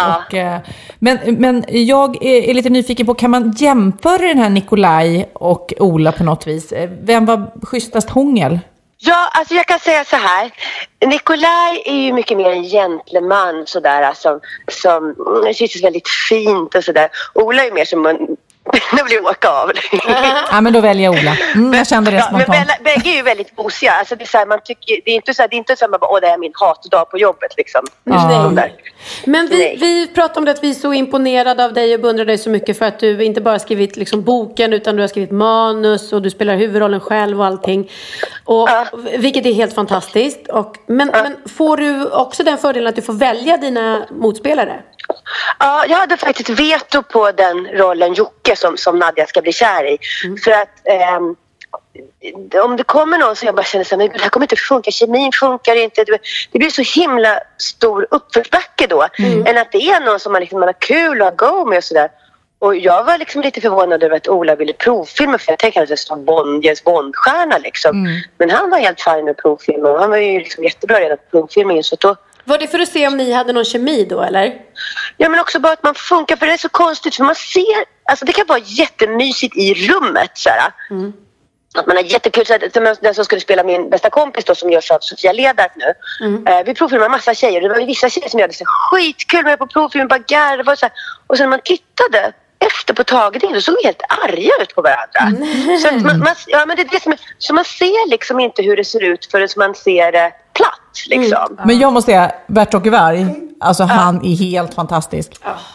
Men jag är lite nyfiken på, kan man jämföra den här Nikolaj och Ola på något vis? Vem var schysstast hångel? Ja, alltså jag kan säga så här. Nikolaj är ju mycket mer en gentleman sådär, som känns väldigt fint och sådär. Ola är mer som nu vill jag åka av. Ja, men då väljer jag Ola. Jag kände det spontant. Men bägge är ju väldigt gosiga. Alltså det är så här, man tycker, det är inte så att man bara, det är min hatdag på jobbet liksom. Men vi pratar om det att vi är så imponerade av dig och beundrar dig så mycket för att du inte bara skrivit liksom boken utan du har skrivit manus och du spelar huvudrollen själv och allting. Och, vilket är helt fantastiskt. Men får du också den fördelen att du får välja dina motspelare? Ja, jag hade faktiskt veto på den rollen Jocke som Nadja ska bli kär i. För att om det kommer någon som jag bara känner så här, men det här kommer inte funka, kemin funkar inte. Det blir så himla stor uppförsbacke då. Än att det är någon som man har kul och har go med och sådär. Och jag var liksom lite förvånad över att Ola ville provfilma, för jag tänkte att det stod James Bond-stjärna liksom. Men han var helt fin med provfilmen och han var ju liksom jättebra redan på provfilmingen, så då... Var det för att se om ni hade någon kemi då, eller? Ja, men också bara att man funkar, för det är så konstigt, för man ser, alltså det kan vara jättemysigt i rummet såhär. Att man har jättekul, den som skulle spela min bästa kompis då, som görs av Sofia Ledarp nu. Vi provfilmade massa tjejer, det var vissa tjejer som gjorde så skitkul med på provfilmen, bara garva och så här. Och sen när man tittade efter på tagningen, då såg vi helt arga ut på varandra. Så men det är det som är, så man ser liksom inte hur det ser ut förrän man ser det platt liksom. Men jag måste säga, Bert-Åke Varg, alltså han är helt fantastisk.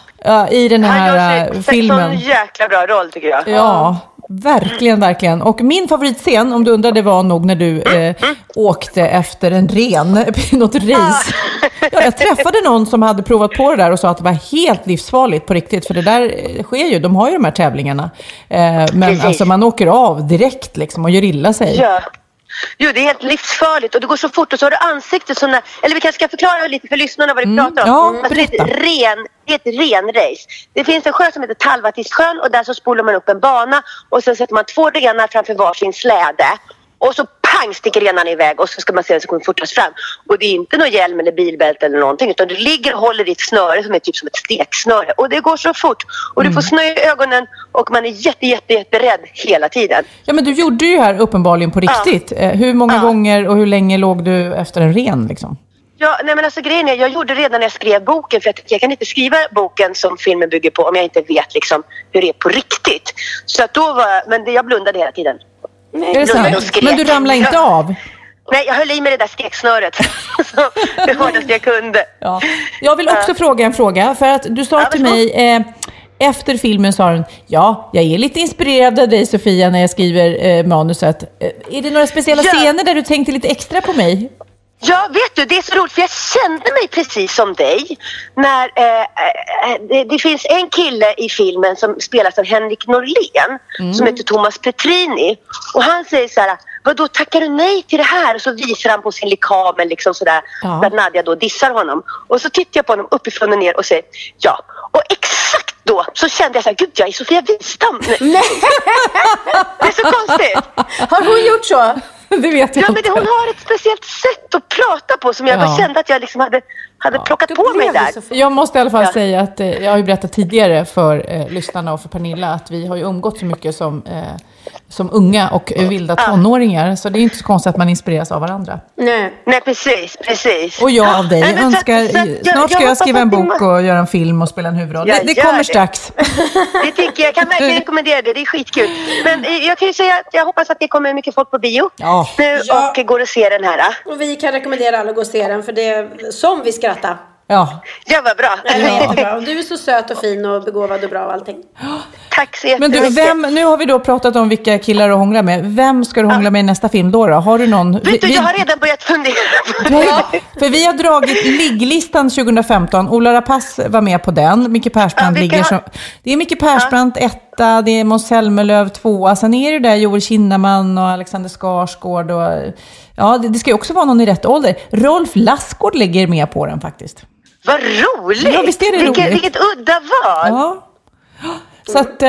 I den här filmen. Han gör en jäkla bra roll tycker jag. Ja, verkligen. Och min favoritscen, om du undrar, det var nog när du åkte efter en ren, något race. Jag träffade någon som hade provat på det där och sa att det var helt livsfarligt på riktigt. För det där sker ju, de har ju de här tävlingarna. Men alltså man åker av direkt liksom och gör illa sig. Ja. Jo, det är helt livsfarligt och det går så fort och så har du ansiktet sådana, eller vi kanske ska förklara lite för lyssnarna vad vi pratar om. Ja, berätta. Det är ett renrace. Det finns en sjö som heter Talvatissjön och där så spolar man upp en bana och sen sätter man 2 renar framför varsin släde och så pang sticker renarna iväg och så ska man se att det kommer fortast fram. Och det är inte någon hjälm eller bilbälte eller någonting, utan du ligger och håller ditt snöre som är typ som ett steksnöre. Och det går så fort. Och du får snö i ögonen och man är jätterädd hela tiden. Ja, men du gjorde ju här uppenbarligen på riktigt. Hur många gånger och hur länge låg du efter en ren liksom? Ja, nej men alltså grejen är, jag gjorde redan när jag skrev boken, för att jag kan inte skriva boken som filmen bygger på om jag inte vet liksom hur det är på riktigt. Så att då men jag blundade hela tiden. Är det sant? Men du ramlade inte av? Nej, jag höll i med det där steksnöret. Det hårdaste jag kunde. Ja. Jag vill också fråga en fråga. För att du sa till mig, efter filmen sa du, jag är lite inspirerad av dig Sofia när jag skriver manuset. Är det några speciella scener där du tänkte lite extra på mig? Ja, vet du, det är så roligt för jag kände mig precis som dig när det finns en kille i filmen som spelas av Henrik Norlén som heter Thomas Petrini och han säger så här, vadå, tackar du nej till det här? Och så visar han på sin likamen liksom sådär, när Nadja då dissar honom. Och så tittar jag på honom uppifrån och ner och säger ja. Och exakt då så kände jag så här, gud, jag är Sofia Wistam. Nej. Det är så konstigt. Har hon gjort så? Det vet jag inte. Men hon har ett speciellt sätt att prata på som jag bara kände att jag liksom hade plockat på mig där. Jag måste i alla fall säga att jag har ju berättat tidigare för lyssnarna och för Pernilla att vi har ju umgått så mycket som unga och vilda tonåringar. Så det är inte så konstigt att man inspireras av varandra. Nej, precis. Och jag av dig. Snart ska jag skriva en bok och göra en film och spela en huvudroll. Det kommer strax. Det tycker jag kan verkligen rekommendera det. Det är skitkul. Men jag kan ju säga att jag hoppas att det kommer mycket folk på bio nu och går och ser den här. Och vi kan rekommendera alla att gå och se den för det är som vi skrattar. Ja, vad bra. Ja, och du är så söt och fin och begåvad och bra och allting. Tack så jättemycket. Men nu har vi då pratat om vilka killar du hånglar med. Vem ska du hångla med i nästa film då? Har du någon? Jag har redan börjat fundera på det. För vi har dragit ligglistan 2015. Ola Rapace var med på den. Micke Persbrandt det är Micke Persbrandt 1, det är Måns Zelmerlöw 2. Sen är det där Joel Kinnaman och Alexander Skarsgård och det ska ju också vara någon i rätt ålder. Rolf Lassgård ligger med på den faktiskt. Vad roligt! Ja, visst är det roligt. Vilket udda val! Ja. Så att,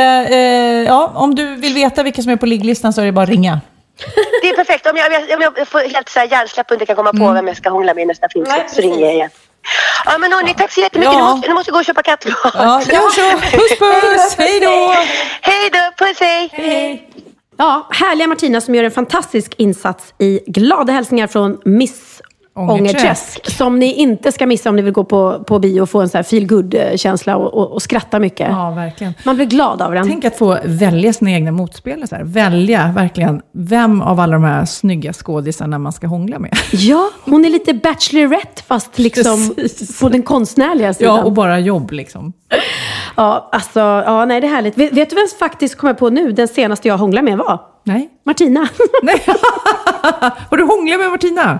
om du vill veta vilka som är på ligglistan så är det bara att ringa. Det är perfekt. Om jag får helt så här hjärnsläpp och inte kan komma på vem jag ska hångla med i nästa film så ringer jag igen. Ja, men hörni, tack så jättemycket. Nu måste gå och köpa kattmat. Ja, så. Puss! Hej då! Hej då, puss, hej! Ja, härliga Martina som gör en fantastisk insats i Glada hälsningar från Miss Ångerträsk. Som ni inte ska missa om ni vill gå på bio och få en så här feel good-känsla och skratta mycket. Ja, verkligen. Man blir glad av den. Tänk att få välja sina egna motspelare så här. Välja verkligen vem av alla de här snygga skådisarna man ska hångla med. Ja, hon är lite bachelorette fast liksom på den konstnärliga sidan. Ja, och bara jobb liksom. Ja, alltså, nej det är härligt. Vet du vem faktiskt kommer på nu? Den senaste jag hånglade med var? Nej. Martina. Nej. Har du hånglat med Martina?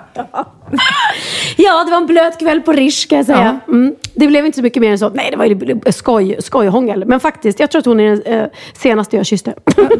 Ja, det var en blöt kväll på Rish, kan jag säga. Ja. Det blev inte så mycket mer än så. Nej, det var ju skojhångel. Men faktiskt, jag tror att hon är den senaste jag kysste.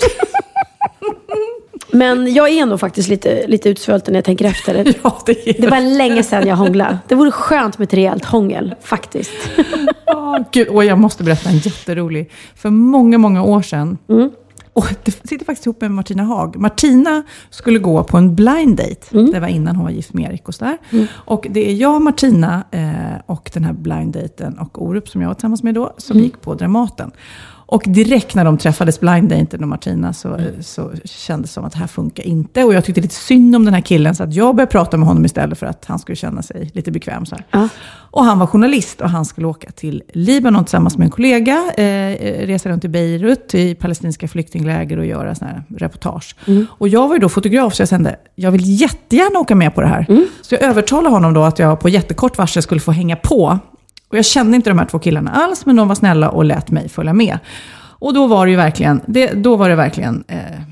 Men jag är ändå faktiskt lite utsvulten när jag tänker efter. Ja, det var länge sedan jag hånglade. Det vore skönt med ett rejält hångel, faktiskt. Gud, och jag måste berätta en jätterolig. För många, många år sedan. Och det sitter faktiskt ihop med Martina Haag. Martina skulle gå på en blind date. Det var innan hon var gift med Erik och sådär. Och det är jag, Martina och den här blind daten och Orup som jag var tillsammans med då som gick på Dramaten. Och direkt när de träffades blind daten och Martina så kändes det som att det här funkar inte. Och jag tyckte lite synd om den här killen så att jag började prata med honom istället för att han skulle känna sig lite bekväm så här. Och han var journalist och han skulle åka till Libanon tillsammans med en kollega. Resa runt i Beirut i palestinska flyktingläger och göra såna här reportage. Och jag var ju då fotograf så jag kände, jag vill jättegärna åka med på det här. Så jag övertalade honom då att jag på jättekort varsel skulle få hänga på. Och jag kände inte de här två killarna alls, men de var snälla och lät mig följa med. Och då var det ju verkligen,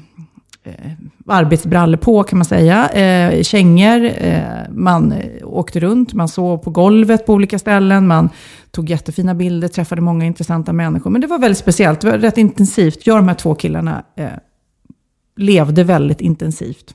arbetsbrallor på kan man säga. Kängor, man åkte runt, man sov på golvet på olika ställen. Man tog jättefina bilder, träffade många intressanta människor. Men det var väldigt speciellt, det var rätt intensivt. Jag och de här två killarna levde väldigt intensivt.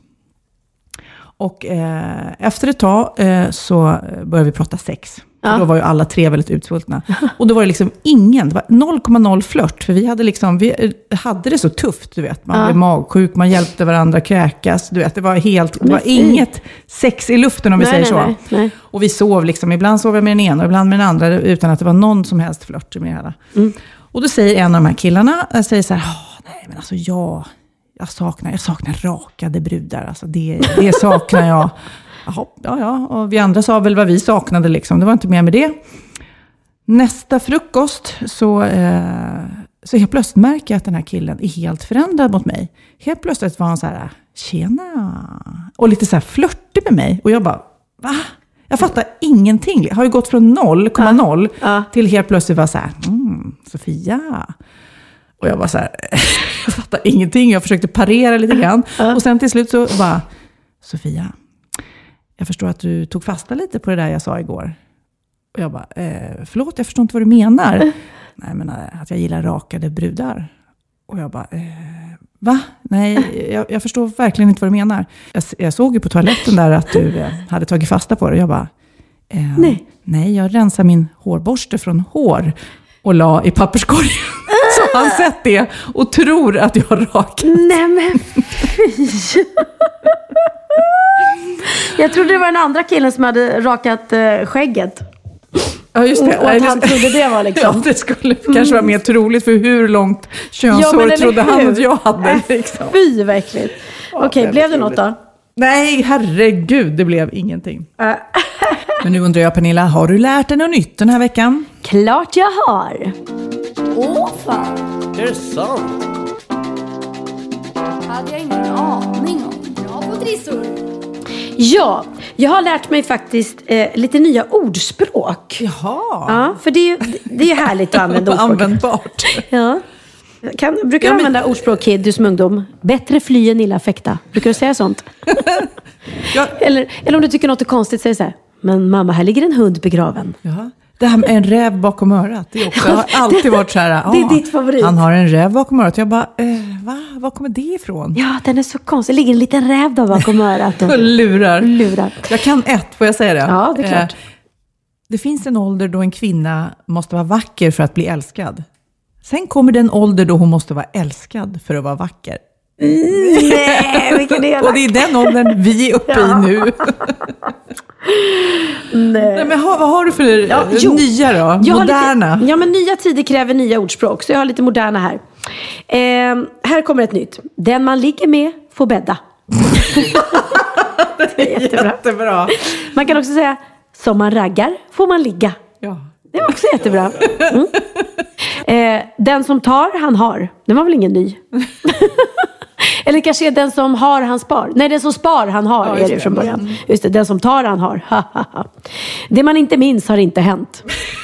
Och efter ett tag så började vi prata sex. Då var ju alla tre väldigt utsvultna. Och då var det liksom det var 0,0 flört. För vi hade det så tufft, du vet. Man blev magsjuk, man hjälpte varandra kräkas. Du vet, det var inget sex i luften om vi säger så. Nej. Och vi sov liksom, ibland sov jag med den ena och ibland med den andra. Utan att det var någon som helst flört med det hela. Och då säger en av de här killarna, säger så här, nej men alltså jag saknar rakade brudar. Alltså det saknar jag. Ja. Och vi andra sa väl vad vi saknade liksom. Det var inte mer med det. Nästa frukost så helt plötsligt märker jag att den här killen är helt förändrad mot mig. Helt plötsligt var han så här, tjena. Och lite så här flörtig med mig. Och jag bara, va? Jag fattar ingenting. Jag har ju gått från 0,0 till helt plötsligt var så här, Sofia. Och jag var så här, jag fattar ingenting. Jag försökte parera lite grann. Och sen till slut så bara, Sofia, jag förstår att du tog fasta lite på det där jag sa igår. Och jag bara, förlåt, jag förstår inte vad du menar. Nej, men att jag gillar rakade brudar. Och jag bara, Va? Nej, jag förstår verkligen inte vad du menar. Jag såg ju på toaletten där att du hade tagit fasta på det. Jag bara, nej, jag rensar min hårborste från hår och la i papperskorgen. Så han sett det och tror att jag har rakat. Nej men fy. Jag trodde det var den andra killen som hade rakat skägget. Ja, just det. Och att han trodde det var liksom. Ja, det skulle kanske vara mer troligt, för hur långt könshår trodde han att jag hade. Liksom. Fy, verkligen. Okej, blev det något då? Nej, herregud, det blev ingenting. Men nu undrar jag, Pernilla, har du lärt dig något nytt den här veckan? Klart jag har. Åh fan. Är det sant? Hade jag ingen aning om. Jag har fått trissor. Ja, jag har lärt mig faktiskt lite nya ordspråk. Jaha. Ja, för det är ju härligt att använda ordspråk. Användbart. Ja. Brukar du använda ordspråk, Kid, du som ungdom? Bättre fly än illa fäkta. Brukar du säga sånt? Eller om du tycker något är konstigt, säg så här. Men mamma, här ligger en hund begraven. Ja. Det här med en räv bakom örat, det också har alltid varit så här. Det är ditt favorit. Han har en räv bakom örat. Jag bara, va? Var kommer det ifrån? Ja, den är så konstig. Det ligger en liten räv där bakom örat. Och lurar. Jag kan får jag säga det? Ja, det är klart. Det finns en ålder då en kvinna måste vara vacker för att bli älskad. Sen kommer den ålder då hon måste vara älskad för att vara vacker. Nej, vilken elak. Och det är den åldern vi är uppe i nu. Nej, men vad har du för nya då? Moderna? Men nya tider kräver nya ordspråk. Så jag har lite moderna här. Här kommer ett nytt. Den man ligger med får bädda. Det är jättebra. Man kan också säga, som man raggar får man ligga. Ja. Det är också jättebra. Den som tar, han har. Det var väl ingen ny. Eller kanske den som har, han spar. Nej, den som spar, han har, är det från början. Just det, den som tar, han har. Det man inte minns har inte hänt.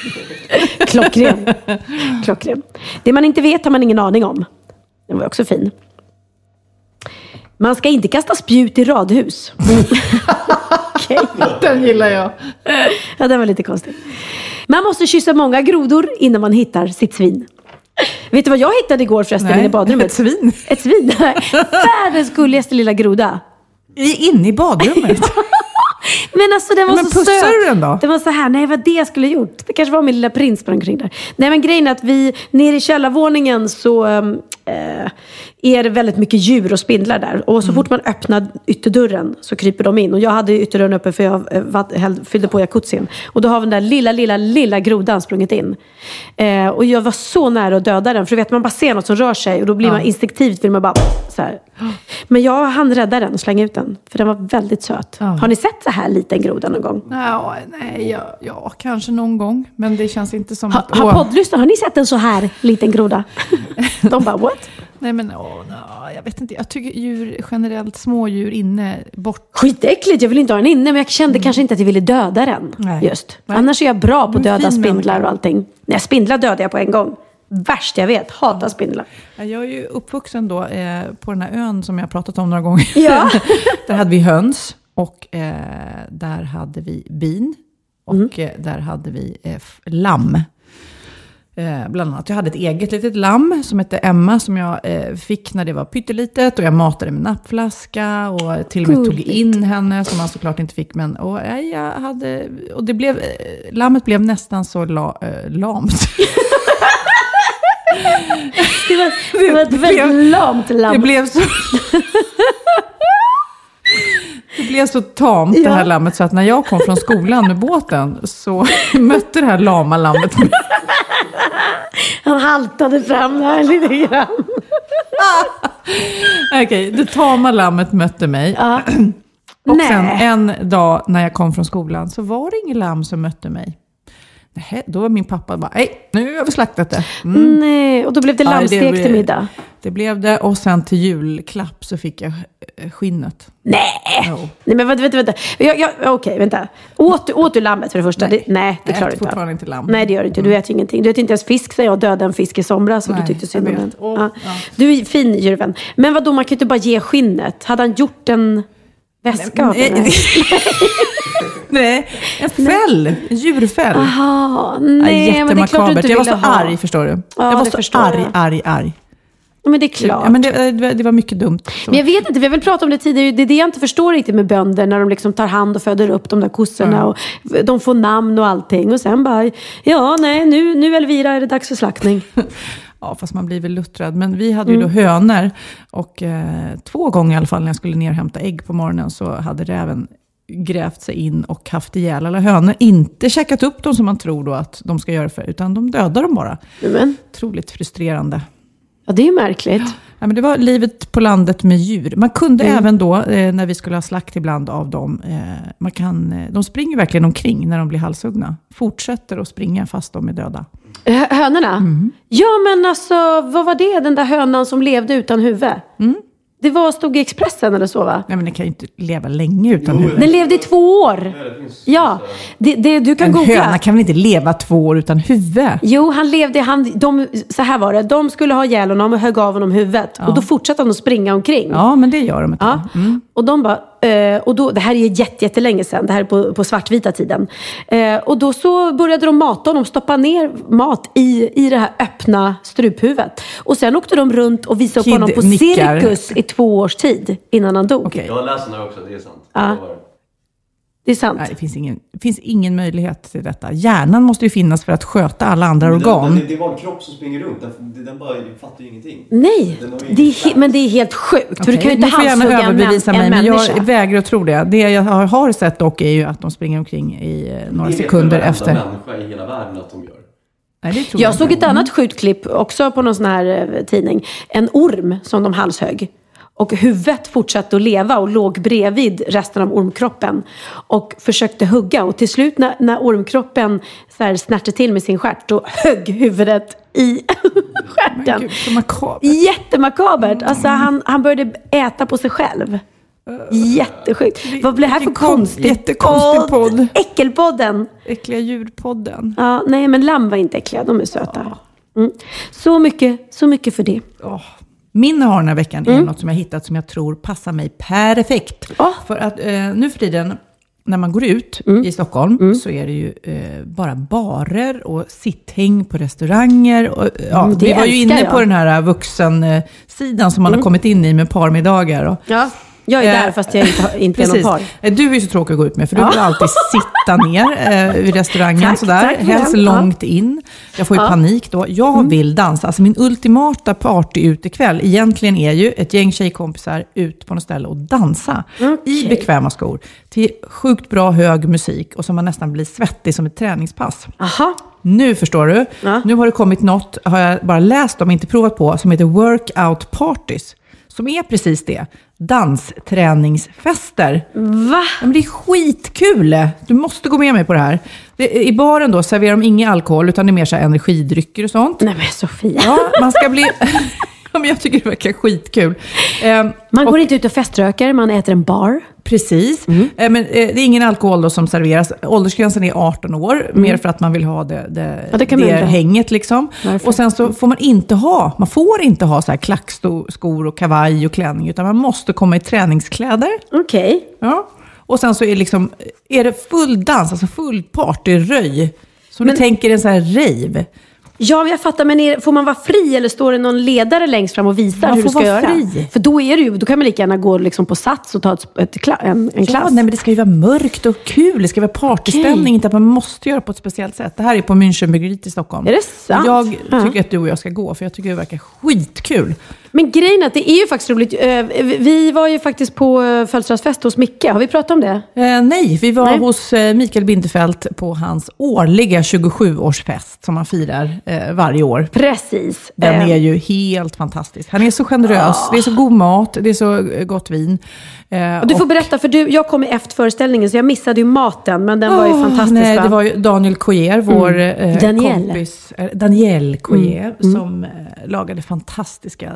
Klockren. Det man inte vet har man ingen aning om. Den var också fin. Man ska inte kasta spjut i radhus. Okej. Den gillar jag. Ja, den var lite konstig. Man måste kyssa många grodor innan man hittar sitt svin. Vet du vad jag hittade igår förresten i badrummet? Ett svin. Världens gulligaste lilla groda. Inne i badrummet? Men alltså den var så söt. Pussar du den då? Det var så här, nej, vad det jag skulle gjort. Det kanske var min lilla prins sprang kring där. Nej, men grejen är att vi nere i källarvåningen så är det väldigt mycket djur och spindlar där. Och så fort man öppnar ytterdörren så kryper de in. Och jag hade ytterdörren uppe för jag fyllde på jacuzzin. Och då har den där lilla grodan sprungit in. Och jag var så nära att döda den. För du vet, man bara ser något som rör sig. Och då blir man instinktivt, vill man bara så här. Men jag hann rädda den och slänga ut den. För den var väldigt söt. Har ni sett så här liten groda någon gång? Ja, kanske någon gång. Men det känns inte som att... Har poddlyssnare, har ni sett en så här liten groda? De bara, what? Nej, men jag vet inte. Jag tycker djur generellt, smådjur inne, bort. Skitäckligt, jag vill inte ha den inne. Men jag kände kanske inte att jag ville döda den. Nej. Just. Nej. Annars är jag bra på att döda spindlar och allting. Nej, spindlar dödar jag på en gång. Värst jag vet, hatar spindlar. Jag är ju uppvuxen då på den här ön som jag pratat om några gånger. Ja. Där hade vi höns och där hade vi bin och där hade vi lamm. Bland annat. Jag hade ett eget litet lamm som hette Emma som jag fick när det var pyttelitet och jag matade med nappflaska och till och med tog in henne som man såklart inte fick, men jag hade, och det blev, lammet blev nästan så lamt. Det var ett väldigt lamt lamm. Det blev så tamt det här lammet så att när jag kom från skolan med båten så mötte det här lama lammet mig. Han haltade fram där lite grann. Okej, det tama lammet mötte mig. Och sen en dag när jag kom från skolan så var det ingen lamm som mötte mig. Nej, då var min pappa bara, nu har vi slaktat det. Nej, och då blev det lammstek till middag. Det blev det, och sen till julklapp så fick jag skinnet. Nej, no. Nej, men vänta. Okej, vänta. Åt du lammet för det första? Nej, det klarar du inte. Fortfarande inte lamm. Nej, det gör du inte. Du äter ju ingenting. Du äter inte ens fisk, så jag dödade en fisk i somras och du tyckte synd om den. Du är fin, djurvän. Men vadå, man kan ju inte bara ge skinnet. Hade han gjort en väska av den? Nej, en fäll, en djurfäll. Jaha, nej, men det är klart du inte jag var så ha. Arg, förstår du. Ja, jag var så arg. Men det är klart. Ja, men det var mycket dumt. Så. Men jag vet inte, vi har väl pratat om det tidigare. Det är det jag inte förstår riktigt med bönder. När de liksom tar hand och föder upp de där kossorna. Och de får namn och allting. Och sen bara, nu Elvira är det dags för slaktning. Ja, fast man blir väl luttrad. Men vi hade ju då hönor. Och 2 gånger i alla fall när jag skulle ner och hämta ägg på morgonen. Så hade räven grävt sig in och haft ihjäl alla hönor. Inte käkat upp dem som man tror då att de ska göra för. Utan de dödar dem bara. Otroligt frustrerande. Ja, det är ju märkligt. Ja, men det var livet på landet med djur. Man kunde även då, när vi skulle ha slakt ibland av dem, de springer verkligen omkring när de blir halshuggna. Fortsätter att springa fast de är döda. Hönorna? Ja, men alltså, vad var det? Den där hönan som levde utan huvud? Det stod i Expressen eller så, va? Nej, men den kan ju inte leva länge utan huvud. Den levde i 2 år. Ja, du kan googla. En höna kan väl inte leva 2 år utan huvud? Jo, han levde, så här var det. De skulle ha ihjäl honom och högg av honom huvudet. Ja. Och då fortsatte han att springa omkring. Ja, men det gör de inte. Ja. Och de bara, det här är jättelänge sedan. Det här är på svartvita tiden. Och då så började de mata honom, stoppa ner mat i det här öppna struphuvudet. Och sen åkte de runt och visade upp honom på cirkus i 2 års tid innan han dog. Okay. Jag har läst den här också, det är sant. Ja. Det är sant. Nej, det finns ingen möjlighet till detta. Hjärnan måste ju finnas för att sköta alla andra organ. Det var en kropp som springer runt. Den bara fattar ju ingenting. Nej, men det är helt sjukt. Okay. För du kan ju inte halshugga en människa. Men jag vägrar att tro det. Det jag har sett dock är ju att de springer omkring i några sekunder efter. Det är människa i hela världen att de gör. Nej, jag såg ett annat skjutklipp också på någon sån här tidning. En orm som de halshögg. Och huvudet fortsatte att leva och låg bredvid resten av ormkroppen. Och försökte hugga. Och till slut när ormkroppen så här snärte till med sin stjärt, då högg huvudet i stjärten. Gud, så makabert. Jättemakabert. Alltså han började äta på sig själv. Jättesjukt. Vad blir det här för jättekonstig podd? Äckelpodden. Äckliga djurpodden. Ja, nej, men lamm var inte äckliga. De är söta. Så mycket för det. Min har den här veckan är något som jag hittat som jag tror passar mig perfekt. För att nu för tiden när man går ut i Stockholm så är det ju bara barer och sitthäng på restauranger. Och, vi var ju inne på den här vuxensidan som man har kommit in i med parmiddagar. Och, jag är där fast jag inte är någon par. Du är ju så tråkig att gå ut med för du vill alltid sitta ner vid restaurangen sådär. Helst långt in. Jag får ju panik då. Jag vill dansa. Alltså min ultimata party ut ikväll egentligen är ju ett gäng tjejkompisar ut på något ställe och dansa. I bekväma skor. Till sjukt bra hög musik och så man nästan blir svettig som ett träningspass. Aha. Nu förstår du. Nu har det kommit något, har jag bara läst om, inte provat på, som heter workout parties. Som är precis det. Dansträningsfester. Va? Men det är skitkul. Du måste gå med mig på det här. I baren då serverar de ingen alkohol utan det är mer så här energidrycker och sånt. Nej men Sofia. Ja, man ska bli... Men jag tycker det verkar skitkul. Man går inte ut och feströkar, man äter en bar. Precis. Men det är ingen alkohol då som serveras. Åldersgränsen är 18 år. Mer för att man vill ha det hänget liksom. Varför? Och sen så får man får inte ha så här klackskor och kavaj och klänning. Utan man måste komma i träningskläder. Okej. Ja. Och sen så är det full dans, alltså full partyröj. Som du tänker en så här rave. Ja, jag fattar, men får man vara fri eller står det någon ledare längst fram och visar hur du ska göra? Fri. För då kan man lika gärna gå liksom på sats och ta en klass. Ja, nej, men det ska ju vara mörkt och kul. Det ska vara partystämning, inte att man måste göra på ett speciellt sätt. Det här är på Münchenbryggeriet i Stockholm. Är det sant? Jag tycker att du och jag ska gå, för jag tycker det verkar skitkul. Men grejen är att det är ju faktiskt roligt. Vi var ju faktiskt på födelsedagsfest hos Micke. Har vi pratat om det? Nej, vi var hos Mikael Bindefeld på hans årliga 27-årsfest som han firar varje år. Precis. Den är ju helt fantastisk. Han är så generös. Det är så god mat. Det är så gott vin. Och du får berätta, för jag kom efter föreställningen så jag missade ju maten, men den var ju fantastisk. Nej, det var ju Daniel Coyer, vår kompis. Daniel Coyer, som lagade fantastiska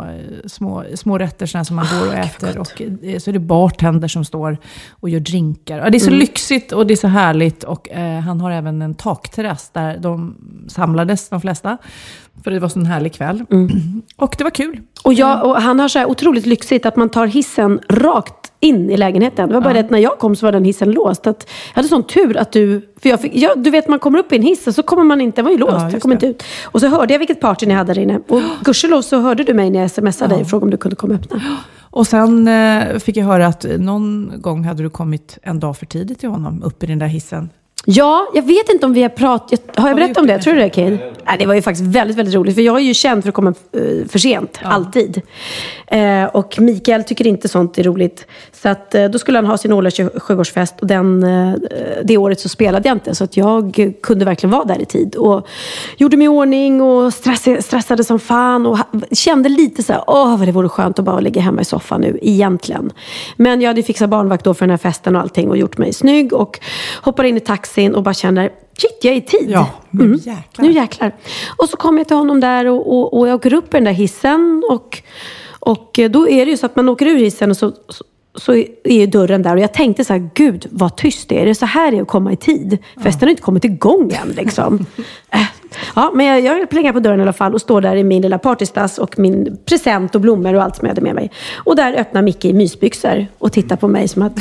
små rätter såna som man går och äter. Och så är det bartender som står och gör drinkar. Och det är så lyxigt och det är så härligt. Och han har även en takterrass där de samlades, de flesta. För det var så en härlig kväll. Och det var kul. Och han har så här otroligt lyxigt att man tar hissen rakt in i lägenheten. Det var bara det att när jag kom så var den hissen låst. Att jag hade sån tur att du vet man kommer upp i en hiss och så kommer man inte, den var ju låst, jag kom inte ut. Och så hörde jag vilket party ni hade där inne. Och gudskelov så hörde du mig när jag smsade dig och frågade om du kunde komma och öppna. Och sen fick jag höra att någon gång hade du kommit en dag för tidigt till honom upp i den där hissen. Ja, jag vet inte om vi har pratat. Har jag berättat om det? Tror du det, Kid? Nej, det var ju faktiskt väldigt, väldigt roligt. För jag är ju känd för att komma för sent. Alltid. Och Mikael tycker inte sånt är roligt. Så att då skulle han ha sin årliga 27-årsfest. Och det året så spelade jag inte. Så att jag kunde verkligen vara där i tid. Och gjorde mig i ordning och stressade som fan. Och kände lite så här, vad det vore skönt att bara ligga hemma i soffan nu, egentligen. Men jag hade fixat barnvakt då för den här festen och allting. Och gjort mig snygg och hoppade in i taxin och bara känner, shit, jag är i tid. Ja, nu jäklar. Och så kom jag till honom där och jag åker upp i den där hissen och då är det ju så att man åker ur hissen och så är ju dörren där och jag tänkte så här, gud vad tyst det är. Det så här är att komma i tid. Festen har inte kommit igång än liksom. Ja, men jag plingar på dörren i alla fall och står där i min lilla partystass och min present och blommor och allt som jag hade med mig. Och där öppnar Micke i mysbyxor och tittar på mig som att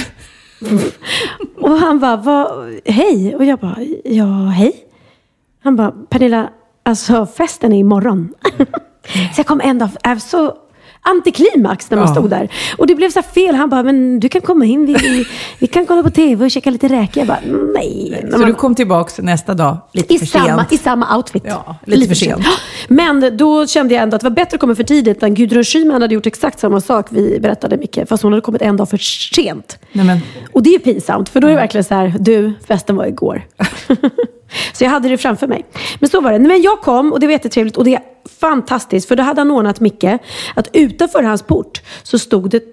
och han bara, hej. Och jag bara, ja, hej. Han bara, Pernilla, alltså festen är imorgon. Så jag kom ändå, så antiklimax när man stod där. Och det blev så fel. Han bara, men du kan komma in. Vi kan kolla på tv och käka lite räkor. Jag bara, nej. Så du kom tillbaka nästa dag lite för sent? I samma outfit. Ja, lite för sent. Men då kände jag ändå att det var bättre att komma för tidigt än Gudrun Schyman hade gjort exakt samma sak. Vi berättade mycket. Fast hon hade kommit en dag för sent. Nej, och det är ju pinsamt. För då är det verkligen så här, festen var igår. Så jag hade det framför mig. Men så var det. Men jag kom och det var jättetrevligt. Och det är fantastiskt. För då hade han ordnat mycket. Att utanför hans port så stod det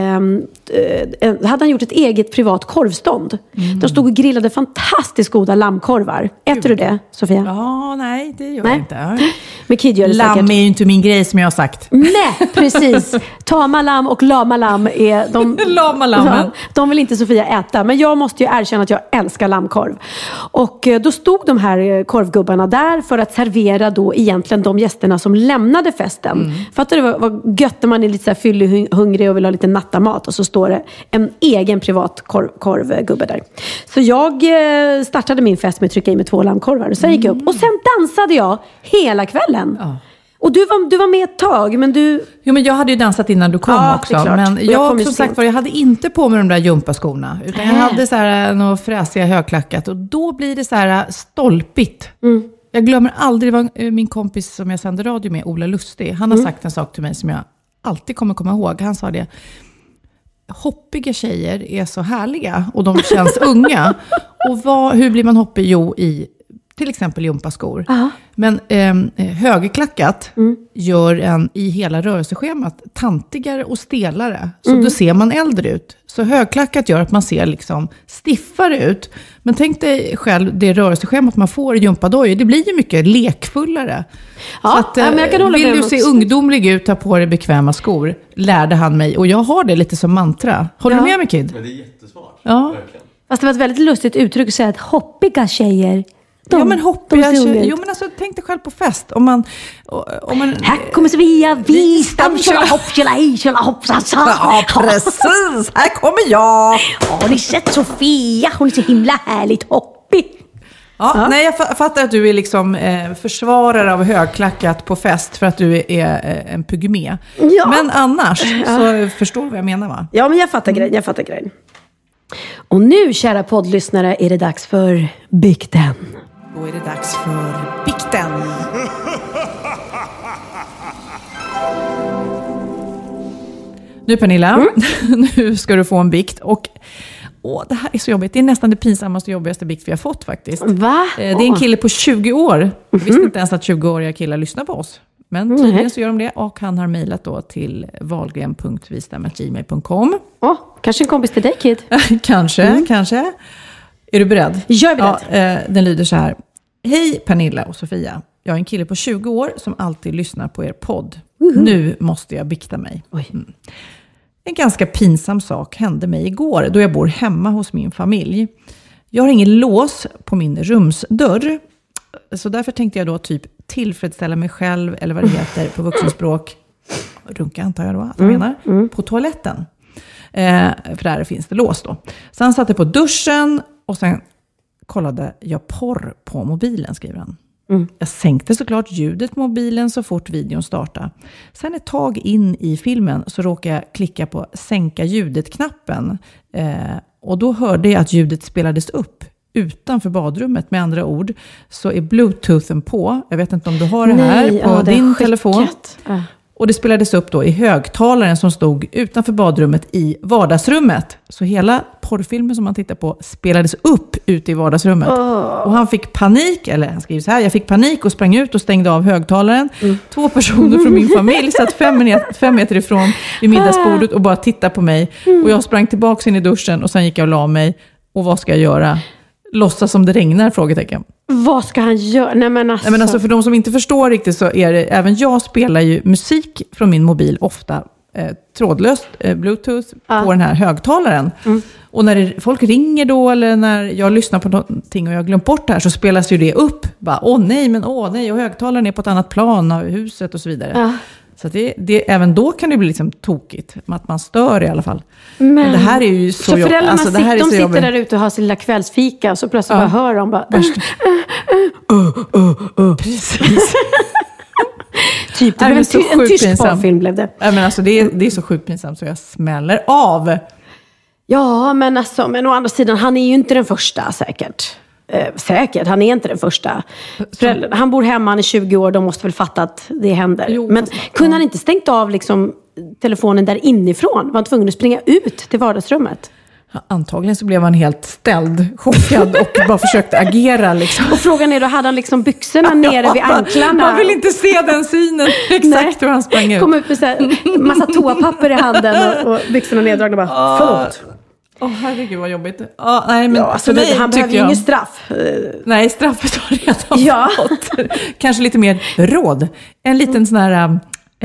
hade han gjort ett eget privat korvstånd. De stod och grillade fantastiskt goda lammkorvar. Äter du det, Sofia? Ja, nej, det gör jag inte. Men Kid gör det lamm säkert. är ju inte min grej som jag har sagt. Nej, precis. Tama lamm och lama lamm är de... Lama lammen. De vill inte Sofia äta. Men jag måste ju erkänna att jag älskar lammkorv. Och då stod de här korvgubbarna där för att servera då egentligen de gästerna som lämnade festen. Fattar du vad gött när man är lite så här fyllig, hungrig och vill ha lite nattamat och så står det en egen privat korvgubbe där. Så jag startade min fest med att trycka i med 2 lammkorvar och sen gick jag upp och sen dansade jag hela kvällen. Och du var med ett tag, men du... Jo, men jag hade ju dansat innan du kom också. Men jag som sagt jag hade inte på mig de där gympaskorna. Utan jag hade så här något fräsiga högklackat. Och då blir det så här stolpigt. Jag glömmer aldrig vad min kompis som jag sände radio med, Ola Lustig. Han har sagt en sak till mig som jag alltid kommer komma ihåg. Han sa det. Hoppiga tjejer är så härliga och de känns unga. Och hur blir man hoppig? Jo, i till exempel gympaskor. Men högerklackat gör en i hela rörelseschemat tantigare och stelare. Så då ser man äldre ut. Så högklackat gör att man ser liksom stiffare ut. Men tänk dig själv det rörelseschemat man får i gympadojor. Det blir ju mycket lekfullare. Ja, så att, men jag kan hålla vill med du se ungdomlig ut, ta på dig bekväma skor. Lärde han mig. Och jag har det lite som mantra. Håller du med mig, Kid? Men det är jättesmart. Ja. Fast det var ett väldigt lustigt uttryck att säga att hoppiga tjejer... Ja, men hoppiga tjejer. Jo, men alltså, tänk dig själv på fest. Om man här kommer Sofia, visdom, tjela hoppsan. Ja, precis. Här kommer jag. Har ni sett Sofia? Hon är så himla härligt hoppig. Ja. Nej, jag fattar att du är liksom försvarare av högklackat på fest för att du är en pygmé. Ja. Men annars så förstår du vad jag menar, va? Ja, men jag fattar grejen. Och nu, kära poddlyssnare, är det dags för bikten. Då är det dags för bikten. Nu, Pernilla, nu ska du få en bikt. Och det här är så jobbigt. Det är nästan det pinsammaste och jobbigaste bikt vi har fått faktiskt. Va? Det är en kille på 20 år. Jag visste inte ens att 20-åriga killar lyssnar på oss. Men tydligen så gör de det. Och han har mejlat då till wahlgren.vistam@gmail.com. Kanske en kompis till dig, Kid. Kanske. Är du beredd? Jag är beredd. Den lyder så här. Hej Pernilla och Sofia. Jag är en kille på 20 år som alltid lyssnar på er podd. Nu måste jag bikta mig. En ganska pinsam sak hände mig igår då jag bor hemma hos min familj. Jag har ingen lås på min rumsdörr. Så därför tänkte jag då typ tillfredsställa mig själv, eller vad det heter på vuxenspråk. Runka antar jag då att jag menar. På toaletten. För där finns det lås då. Så han satte på duschen och sen kollade jag porr på mobilen, skriver han. Jag sänkte såklart ljudet på mobilen så fort videon startade. Sen ett tag in i filmen så råkade jag klicka på sänka ljudet-knappen. Och då hörde jag att ljudet spelades upp utanför badrummet. Med andra ord så är bluetoothen på. Jag vet inte om du har det här på din telefon. Och det spelades upp då i högtalaren som stod utanför badrummet i vardagsrummet. Så hela porrfilmen som man tittar på spelades upp ute i vardagsrummet. Och han fick panik, eller han skriver så här: jag fick panik och sprang ut och stängde av högtalaren. 2 personer från min familj satt 5 meter ifrån vid middagsbordet och bara tittade på mig. Och jag sprang tillbaka in i duschen och sen gick jag och la mig. Och vad ska jag göra? Låtsas som det regnar, frågetecken. Vad ska han göra? Nej men alltså för de som inte förstår riktigt så är det, även jag spelar ju musik från min mobil ofta trådlöst, bluetooth på den här högtalaren. Och när folk ringer då, eller när jag lyssnar på någonting och jag har glömt bort det här, så spelas ju det upp. Bara, åh nej, och högtalaren är på ett annat plan av huset och så vidare. Så även då kan det bli liksom tokigt, att man stör i alla fall. Men det här är ju så föräldrarna alltså, sitter där ute och har sin lilla kvällsfika och så plötsligt bara hör de bara... Precis. Typ, det blev en tysk porrfilm blev det. Ja, men alltså det är så sjukt pinsamt så jag smäller av. Ja, men å andra sidan, han är ju inte den första säkert. Han är inte den första. Han bor hemma, han är 20 år, de måste väl fatta att det händer. Men kunde han inte stängt av liksom telefonen där inifrån? Var han tvungen att springa ut till vardagsrummet? Antagligen så blev han helt ställd, chockad och bara försökte agera liksom. Och frågan är då, hade han liksom byxorna nere vid anklarna? Man vill inte se den synen exakt hur han sprang ut. Kom ut med så här, massa toapapper i handen och byxorna neddragna bara, förlåt. Herregud vad jobbigt. Nej, men alltså, han behöver ju inget straff. Nej, straffet har redan fått. Kanske lite mer råd. En liten sån här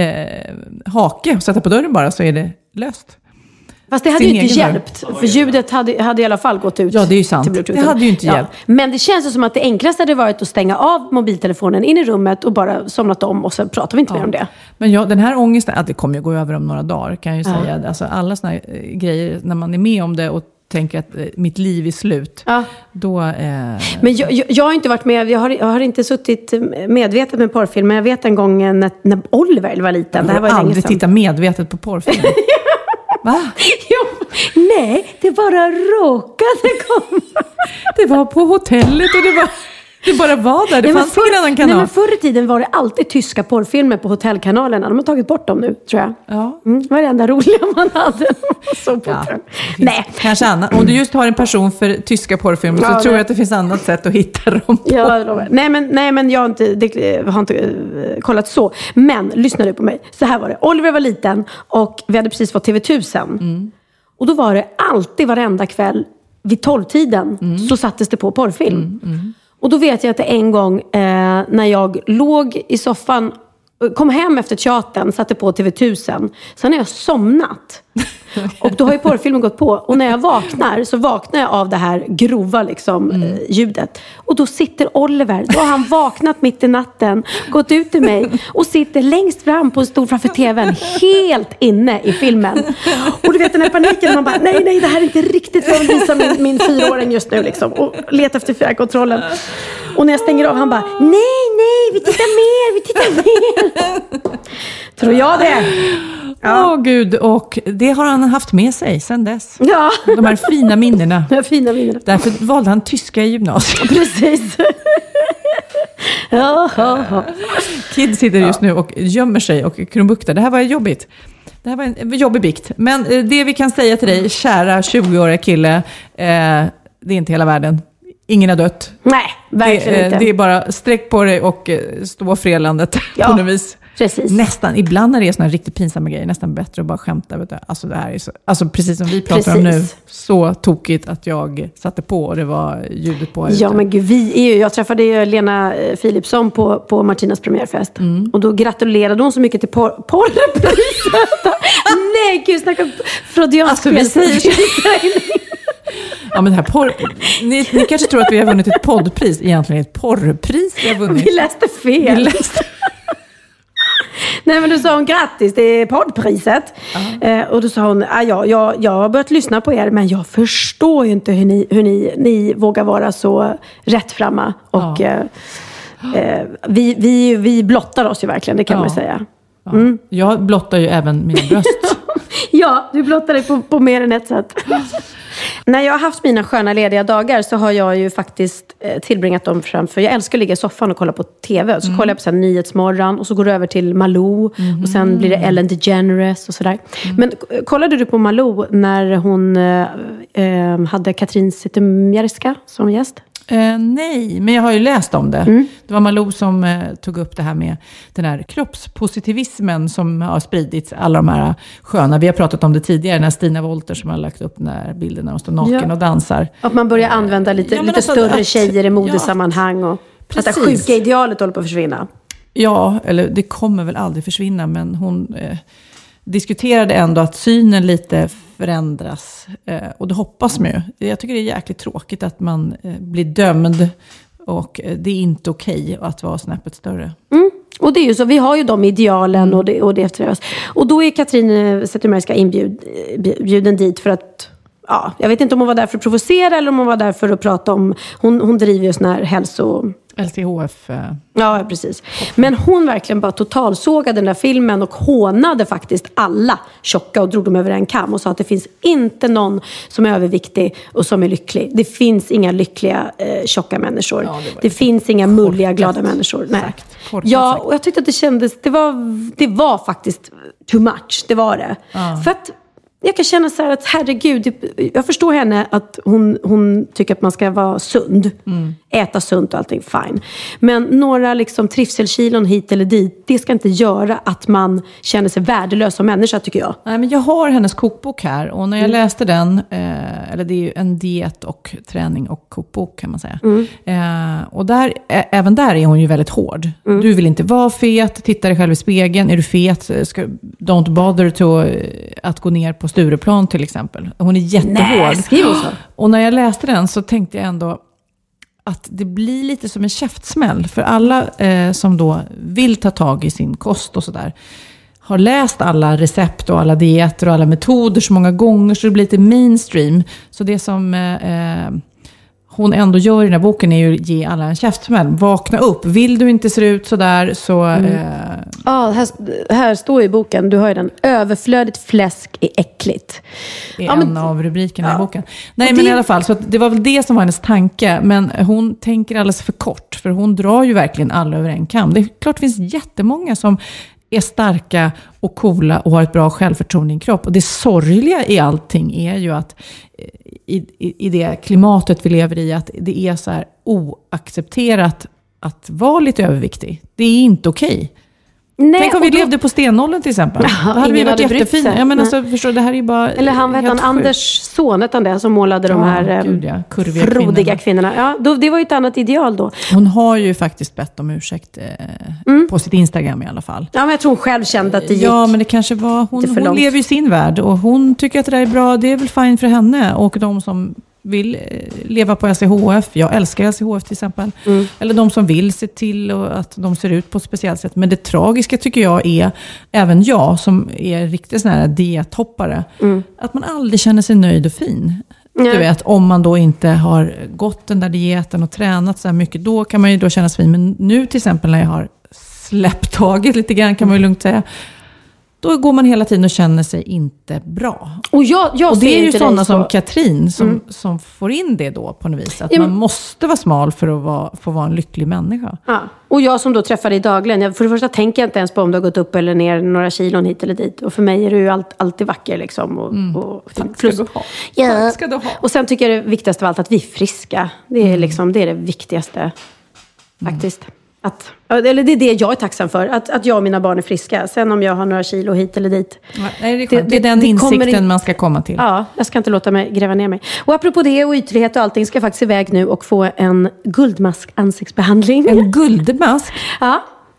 hake och sätta på dörren bara, så är det löst. Fast det hade ju inte hjälpt. För ljudet hade i alla fall gått ut. Ja, det är ju sant. Det hade ju inte hjälpt. Men det känns som att det enklaste hade varit att stänga av mobiltelefonen in i rummet och bara somnat om, och så pratar vi inte mer om det. Men den här ångesten, att det kommer ju gå över om några dagar, kan jag ju säga. Alltså alla såna här grejer, när man är med om det och tänker att mitt liv är slut. Då, Men jag har inte varit med, jag har inte suttit medvetet med porrfilm, men jag vet en gång när Oliver var liten. Det här var aldrig titta medvetet på porrfilm. Va? Jo, nej, det bara råkade komma. Det var på hotellet och det bara var där. Det fanns ingen annan kanal. Nej, men förr i tiden var det alltid tyska porrfilmer på hotellkanalerna. De har tagit bort dem nu, tror jag. Ja. Det var det enda roliga man hade. Så på nej. Kanske annat. Om du just har en person för tyska porrfilmer så tror jag att det finns annat sätt att hitta dem på. Ja, nej, men jag har inte kollat så. Men lyssna du på mig. Så här var det. Oliver var liten och vi hade precis fått TV1000. Och då var det alltid varenda kväll vid 12-tiden så sattes det på porrfilm. Och då vet jag att det en gång när jag låg i soffan, kom hem efter teatern, satte på TV1000. Sen har jag somnat. Och då har ju porrfilmen gått på. Och när jag vaknar så vaknar jag av det här grova liksom, ljudet. Och då sitter Oliver. Då har han vaknat mitt i natten, gått ut till mig och sitter längst fram på en stol framför tvn, helt inne i filmen. Och du vet den här paniken, man bara, nej, det här är inte riktigt vad jag vill visa min 4-åring just nu liksom. Och letar efter fjärrkontrollen. Och när jag stänger av, han bara, nej, vi tittar mer. Tror jag det? Ja. Gud, och det har han haft med sig sedan dess. Ja. De här fina minnena. Därför valde han tyska i gymnasiet. Precis. Kid sitter just nu och gömmer sig och krumbuktar. Det här var jobbigt. Det här var en jobbig bikt. Men det vi kan säga till dig, kära 20-åriga kille, det är inte hela världen. Ingen har dött. Nej, verkligen inte. Det är bara sträck på dig och stå för elandet på något vis. Precis. Nästan, ibland när det är såna riktigt pinsamma grejer, nästan bättre att bara skämta. Vet du. Alltså det här är så, alltså precis som vi pratar om nu, så tokigt att jag satte på och det var ljudet på. Ja, men gud, jag träffade ju Lena Philipsson på Martinas premiärfest. Och då gratulerade hon så mycket till porrpriset. Nej, gud, snacka freudiansk. Alltså vi säger Ja, men det här ni kanske tror att vi har vunnit ett poddpris. Egentligen ett porrpris vi har vunnit. Vi läste fel. Nej, men då sa hon grattis, det är poddpriset. Och då sa hon, jag har börjat lyssna på er, men jag förstår ju inte hur ni vågar vara så rättframma. Och vi blottar oss ju verkligen, det kan man säga. Mm. Jag blottar ju även mina bröst. Ja, du blottar dig på mer än ett sätt. När jag har haft mina sköna lediga dagar så har jag ju faktiskt tillbringat dem framför. Jag älskar att ligga i soffan och kolla på tv. Så kollar jag på så här Nyhetsmorgon och så går det över till Malou. Och sen blir det Ellen DeGeneres och sådär. Men kollade du på Malou när hon hade Katrin Zytomierska som gäst? Nej, men jag har ju läst om det. Det var Malou som tog upp det här med den här kroppspositivismen som har spridits. Alla de här sköna, vi har pratat om det tidigare, när Stina Wolter som har lagt upp den här bilden när hon står naken och dansar. Att man börjar använda lite större tjejer i modesammanhang och att det sjuka idealet håller på att försvinna. Ja, eller det kommer väl aldrig försvinna, men hon diskuterade ändå att synen lite förändras. Och det hoppas man ju. Jag tycker det är jäkligt tråkigt att man blir dömd. Och det är inte okej att vara snäppet större. Och det är ju så, vi har ju de idealen och det efterhörs. Och då är Katrin Zytomierska inbjuden dit för att, jag vet inte om hon var där för att provocera eller om hon var där för att prata om, hon driver ju sån här LCHF. Ja, precis. Men hon verkligen bara totalsågade den där filmen och hånade faktiskt alla tjocka och drog dem över en kam och sa att det finns inte någon som är överviktig och som är lycklig. Det finns inga lyckliga tjocka människor. Det finns inga mulliga glada människor. Nej. Ja, och jag tyckte att det kändes, det var faktiskt too much. Det var det. För att jag kan känna så här att herregud, jag förstår henne att hon tycker att man ska vara sund. Äta sunt och allting, fine. Men några liksom trivselkilon hit eller dit, det ska inte göra att man känner sig värdelös som människa, tycker jag. Nej, men jag har hennes kokbok här och när jag läste den, eller det är ju en diet och träning och kokbok kan man säga. Och även där är hon ju väldigt hård. Du vill inte vara fet, titta dig själv i spegeln, är du fet, don't bother att gå ner på Stureplan till exempel. Hon är jättehård. Nej, och när jag läste den så tänkte jag ändå att det blir lite som en käftsmäll. För alla som då vill ta tag i sin kost och sådär har läst alla recept och alla dieter och alla metoder så många gånger så det blir lite mainstream. Så det som hon ändå gör i den här boken är ju att ge alla en käftsmäll. Vakna upp. Vill du inte se ut sådär så... här står i boken, du har ju den. Överflödigt fläsk är äckligt. Det är en av rubrikerna i boken. Nej, men i alla fall, så det var väl det som var hennes tanke. Men hon tänker alldeles för kort. För hon drar ju verkligen alla över en kam. Det är klart det finns jättemånga som är starka och coola och har ett bra självförtroende i en kropp. Och det sorgliga i allting är ju att i det klimatet vi lever i, att det är så här oaccepterat att vara lite överviktig. Det är inte okej. Nej, tänk om vi levde på stenåldern till exempel. Då hade vi varit jättefina. Ja, men alltså, förstår, det här är bara... Eller han vet Anders son, han som målade de här frodiga kvinnorna. Ja, det var ju ett annat ideal då. Hon har ju faktiskt bett om ursäkt på sitt Instagram i alla fall. Ja, men jag tror hon själv kände att det gick. Ja, men det kanske var... Hon lever ju sin värld och hon tycker att det där är bra. Det är väl fine för henne och de som vill leva på LCHF. Jag älskar LCHF till exempel. Eller de som vill se till att de ser ut på ett speciellt sätt. Men det tragiska tycker jag är, även jag som är riktigt sån här diethoppare, att man aldrig känner sig nöjd och fin. Du vet, om man då inte har gått den där dieten och tränat så här mycket, då kan man ju då känna sig fin. Men nu till exempel när jag har släppt taget lite grann, kan man ju lugnt säga, då går man hela tiden och känner sig inte bra. Och det är ju sådana som Katrin som får in det då på något vis. Att man måste vara smal för att få vara en lycklig människa. Ja. Och jag som då träffar dig dagligen, för det första tänker jag inte ens på om du har gått upp eller ner några kilon hit eller dit. Och för mig är du ju alltid vacker liksom. Tack ska du ha. Ja. Tack ska du ha. Och sen tycker jag det viktigaste av allt att vi är friska. Det är liksom, det är det viktigaste faktiskt. Eller det är det jag är tacksam för, att jag och mina barn är friska. Sen om jag har några kilo hit eller dit. Nej, det är den insikten man ska komma till. Ja, jag ska inte låta mig gräva ner mig. Och apropå det och ytlighet och allting, ska jag faktiskt iväg nu och få en guldmask ansiktsbehandling. En guldmask? Ja.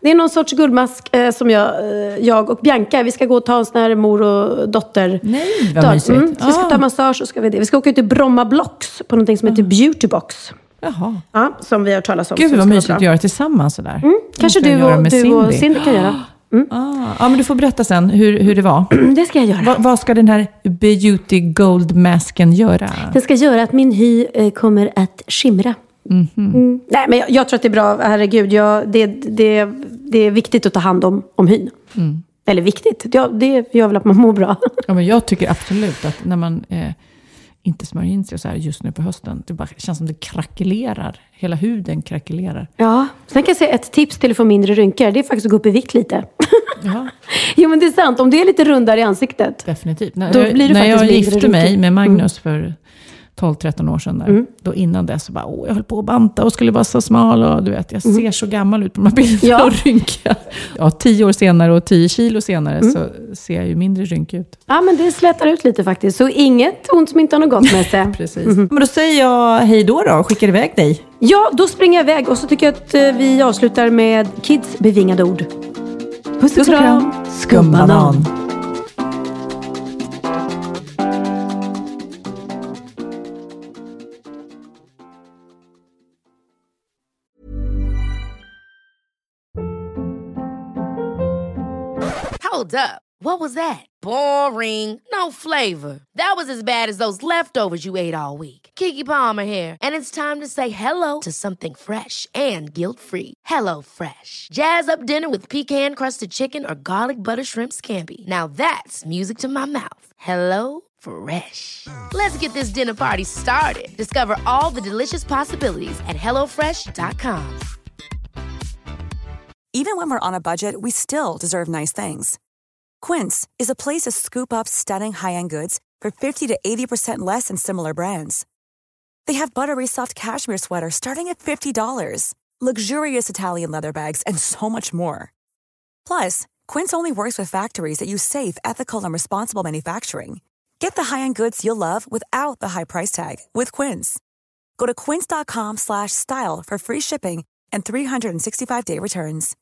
Det är någon sorts guldmask som jag och Bianca, vi ska gå och ta en sån här mor- och dotter. Nej, vad mysigt. Så vi ska ta massage och ska vi det. Vi ska åka ut till Bromma Blocks på någonting som heter Beauty Box. Jaha. Ja, som vi har talat om. Gud vad mysigt att göra tillsammans sådär. Kanske du och Cindy kan göra. Ja, men du får berätta sen hur det var. Det ska jag göra. Vad ska den här Beauty Gold Masken göra? Den ska göra att min hy kommer att skimra. Nej, men jag tror att det är bra. Herregud, det är viktigt att ta hand om hyn. Eller viktigt. Det gör väl att man mår bra. Ja, men jag tycker absolut att när man inte smörjer in sig så här just nu på hösten, det bara känns som det krackelerar. Hela huden krackelerar. Ja, sen kan jag säga ett tips till att få mindre rynkor. Det är faktiskt att gå upp i vikt lite. Ja. Jo, men det är sant. Om det är lite rundare i ansiktet. Definitivt. Då blir det när jag faktiskt gifte mindre mig rynkor. med Magnus för 12-13 år sedan där. Då innan dess så bara, jag höll på att banta och skulle vara så smal och du vet, jag ser så gammal ut på de här bilderna och rynka. Ja, 10 år senare och 10 kilo senare så ser jag ju mindre rynkig ut. Ja, men det slätar ut lite faktiskt. Så inget ont som inte har något gott med sig. Precis. Men då säger jag hej då och skickar iväg dig. Ja, då springer jag iväg och så tycker jag att vi avslutar med Kids bevingade ord. Puss och kram, skumbanan. Hold up. What was that? Boring. No flavor. That was as bad as those leftovers you ate all week. Keke Palmer here, and it's time to say hello to something fresh and guilt-free. Hello Fresh. Jazz up dinner with pecan-crusted chicken or garlic butter shrimp scampi. Now that's music to my mouth. Hello Fresh. Let's get this dinner party started. Discover all the delicious possibilities at hellofresh.com. Even when we're on a budget, we still deserve nice things. Quince is a place to scoop up stunning high-end goods for 50 to 80% less than similar brands. They have buttery soft cashmere sweaters starting at $50, luxurious Italian leather bags, and so much more. Plus, Quince only works with factories that use safe, ethical, and responsible manufacturing. Get the high-end goods you'll love without the high price tag with Quince. Go to quince.com/style for free shipping and 365-day returns.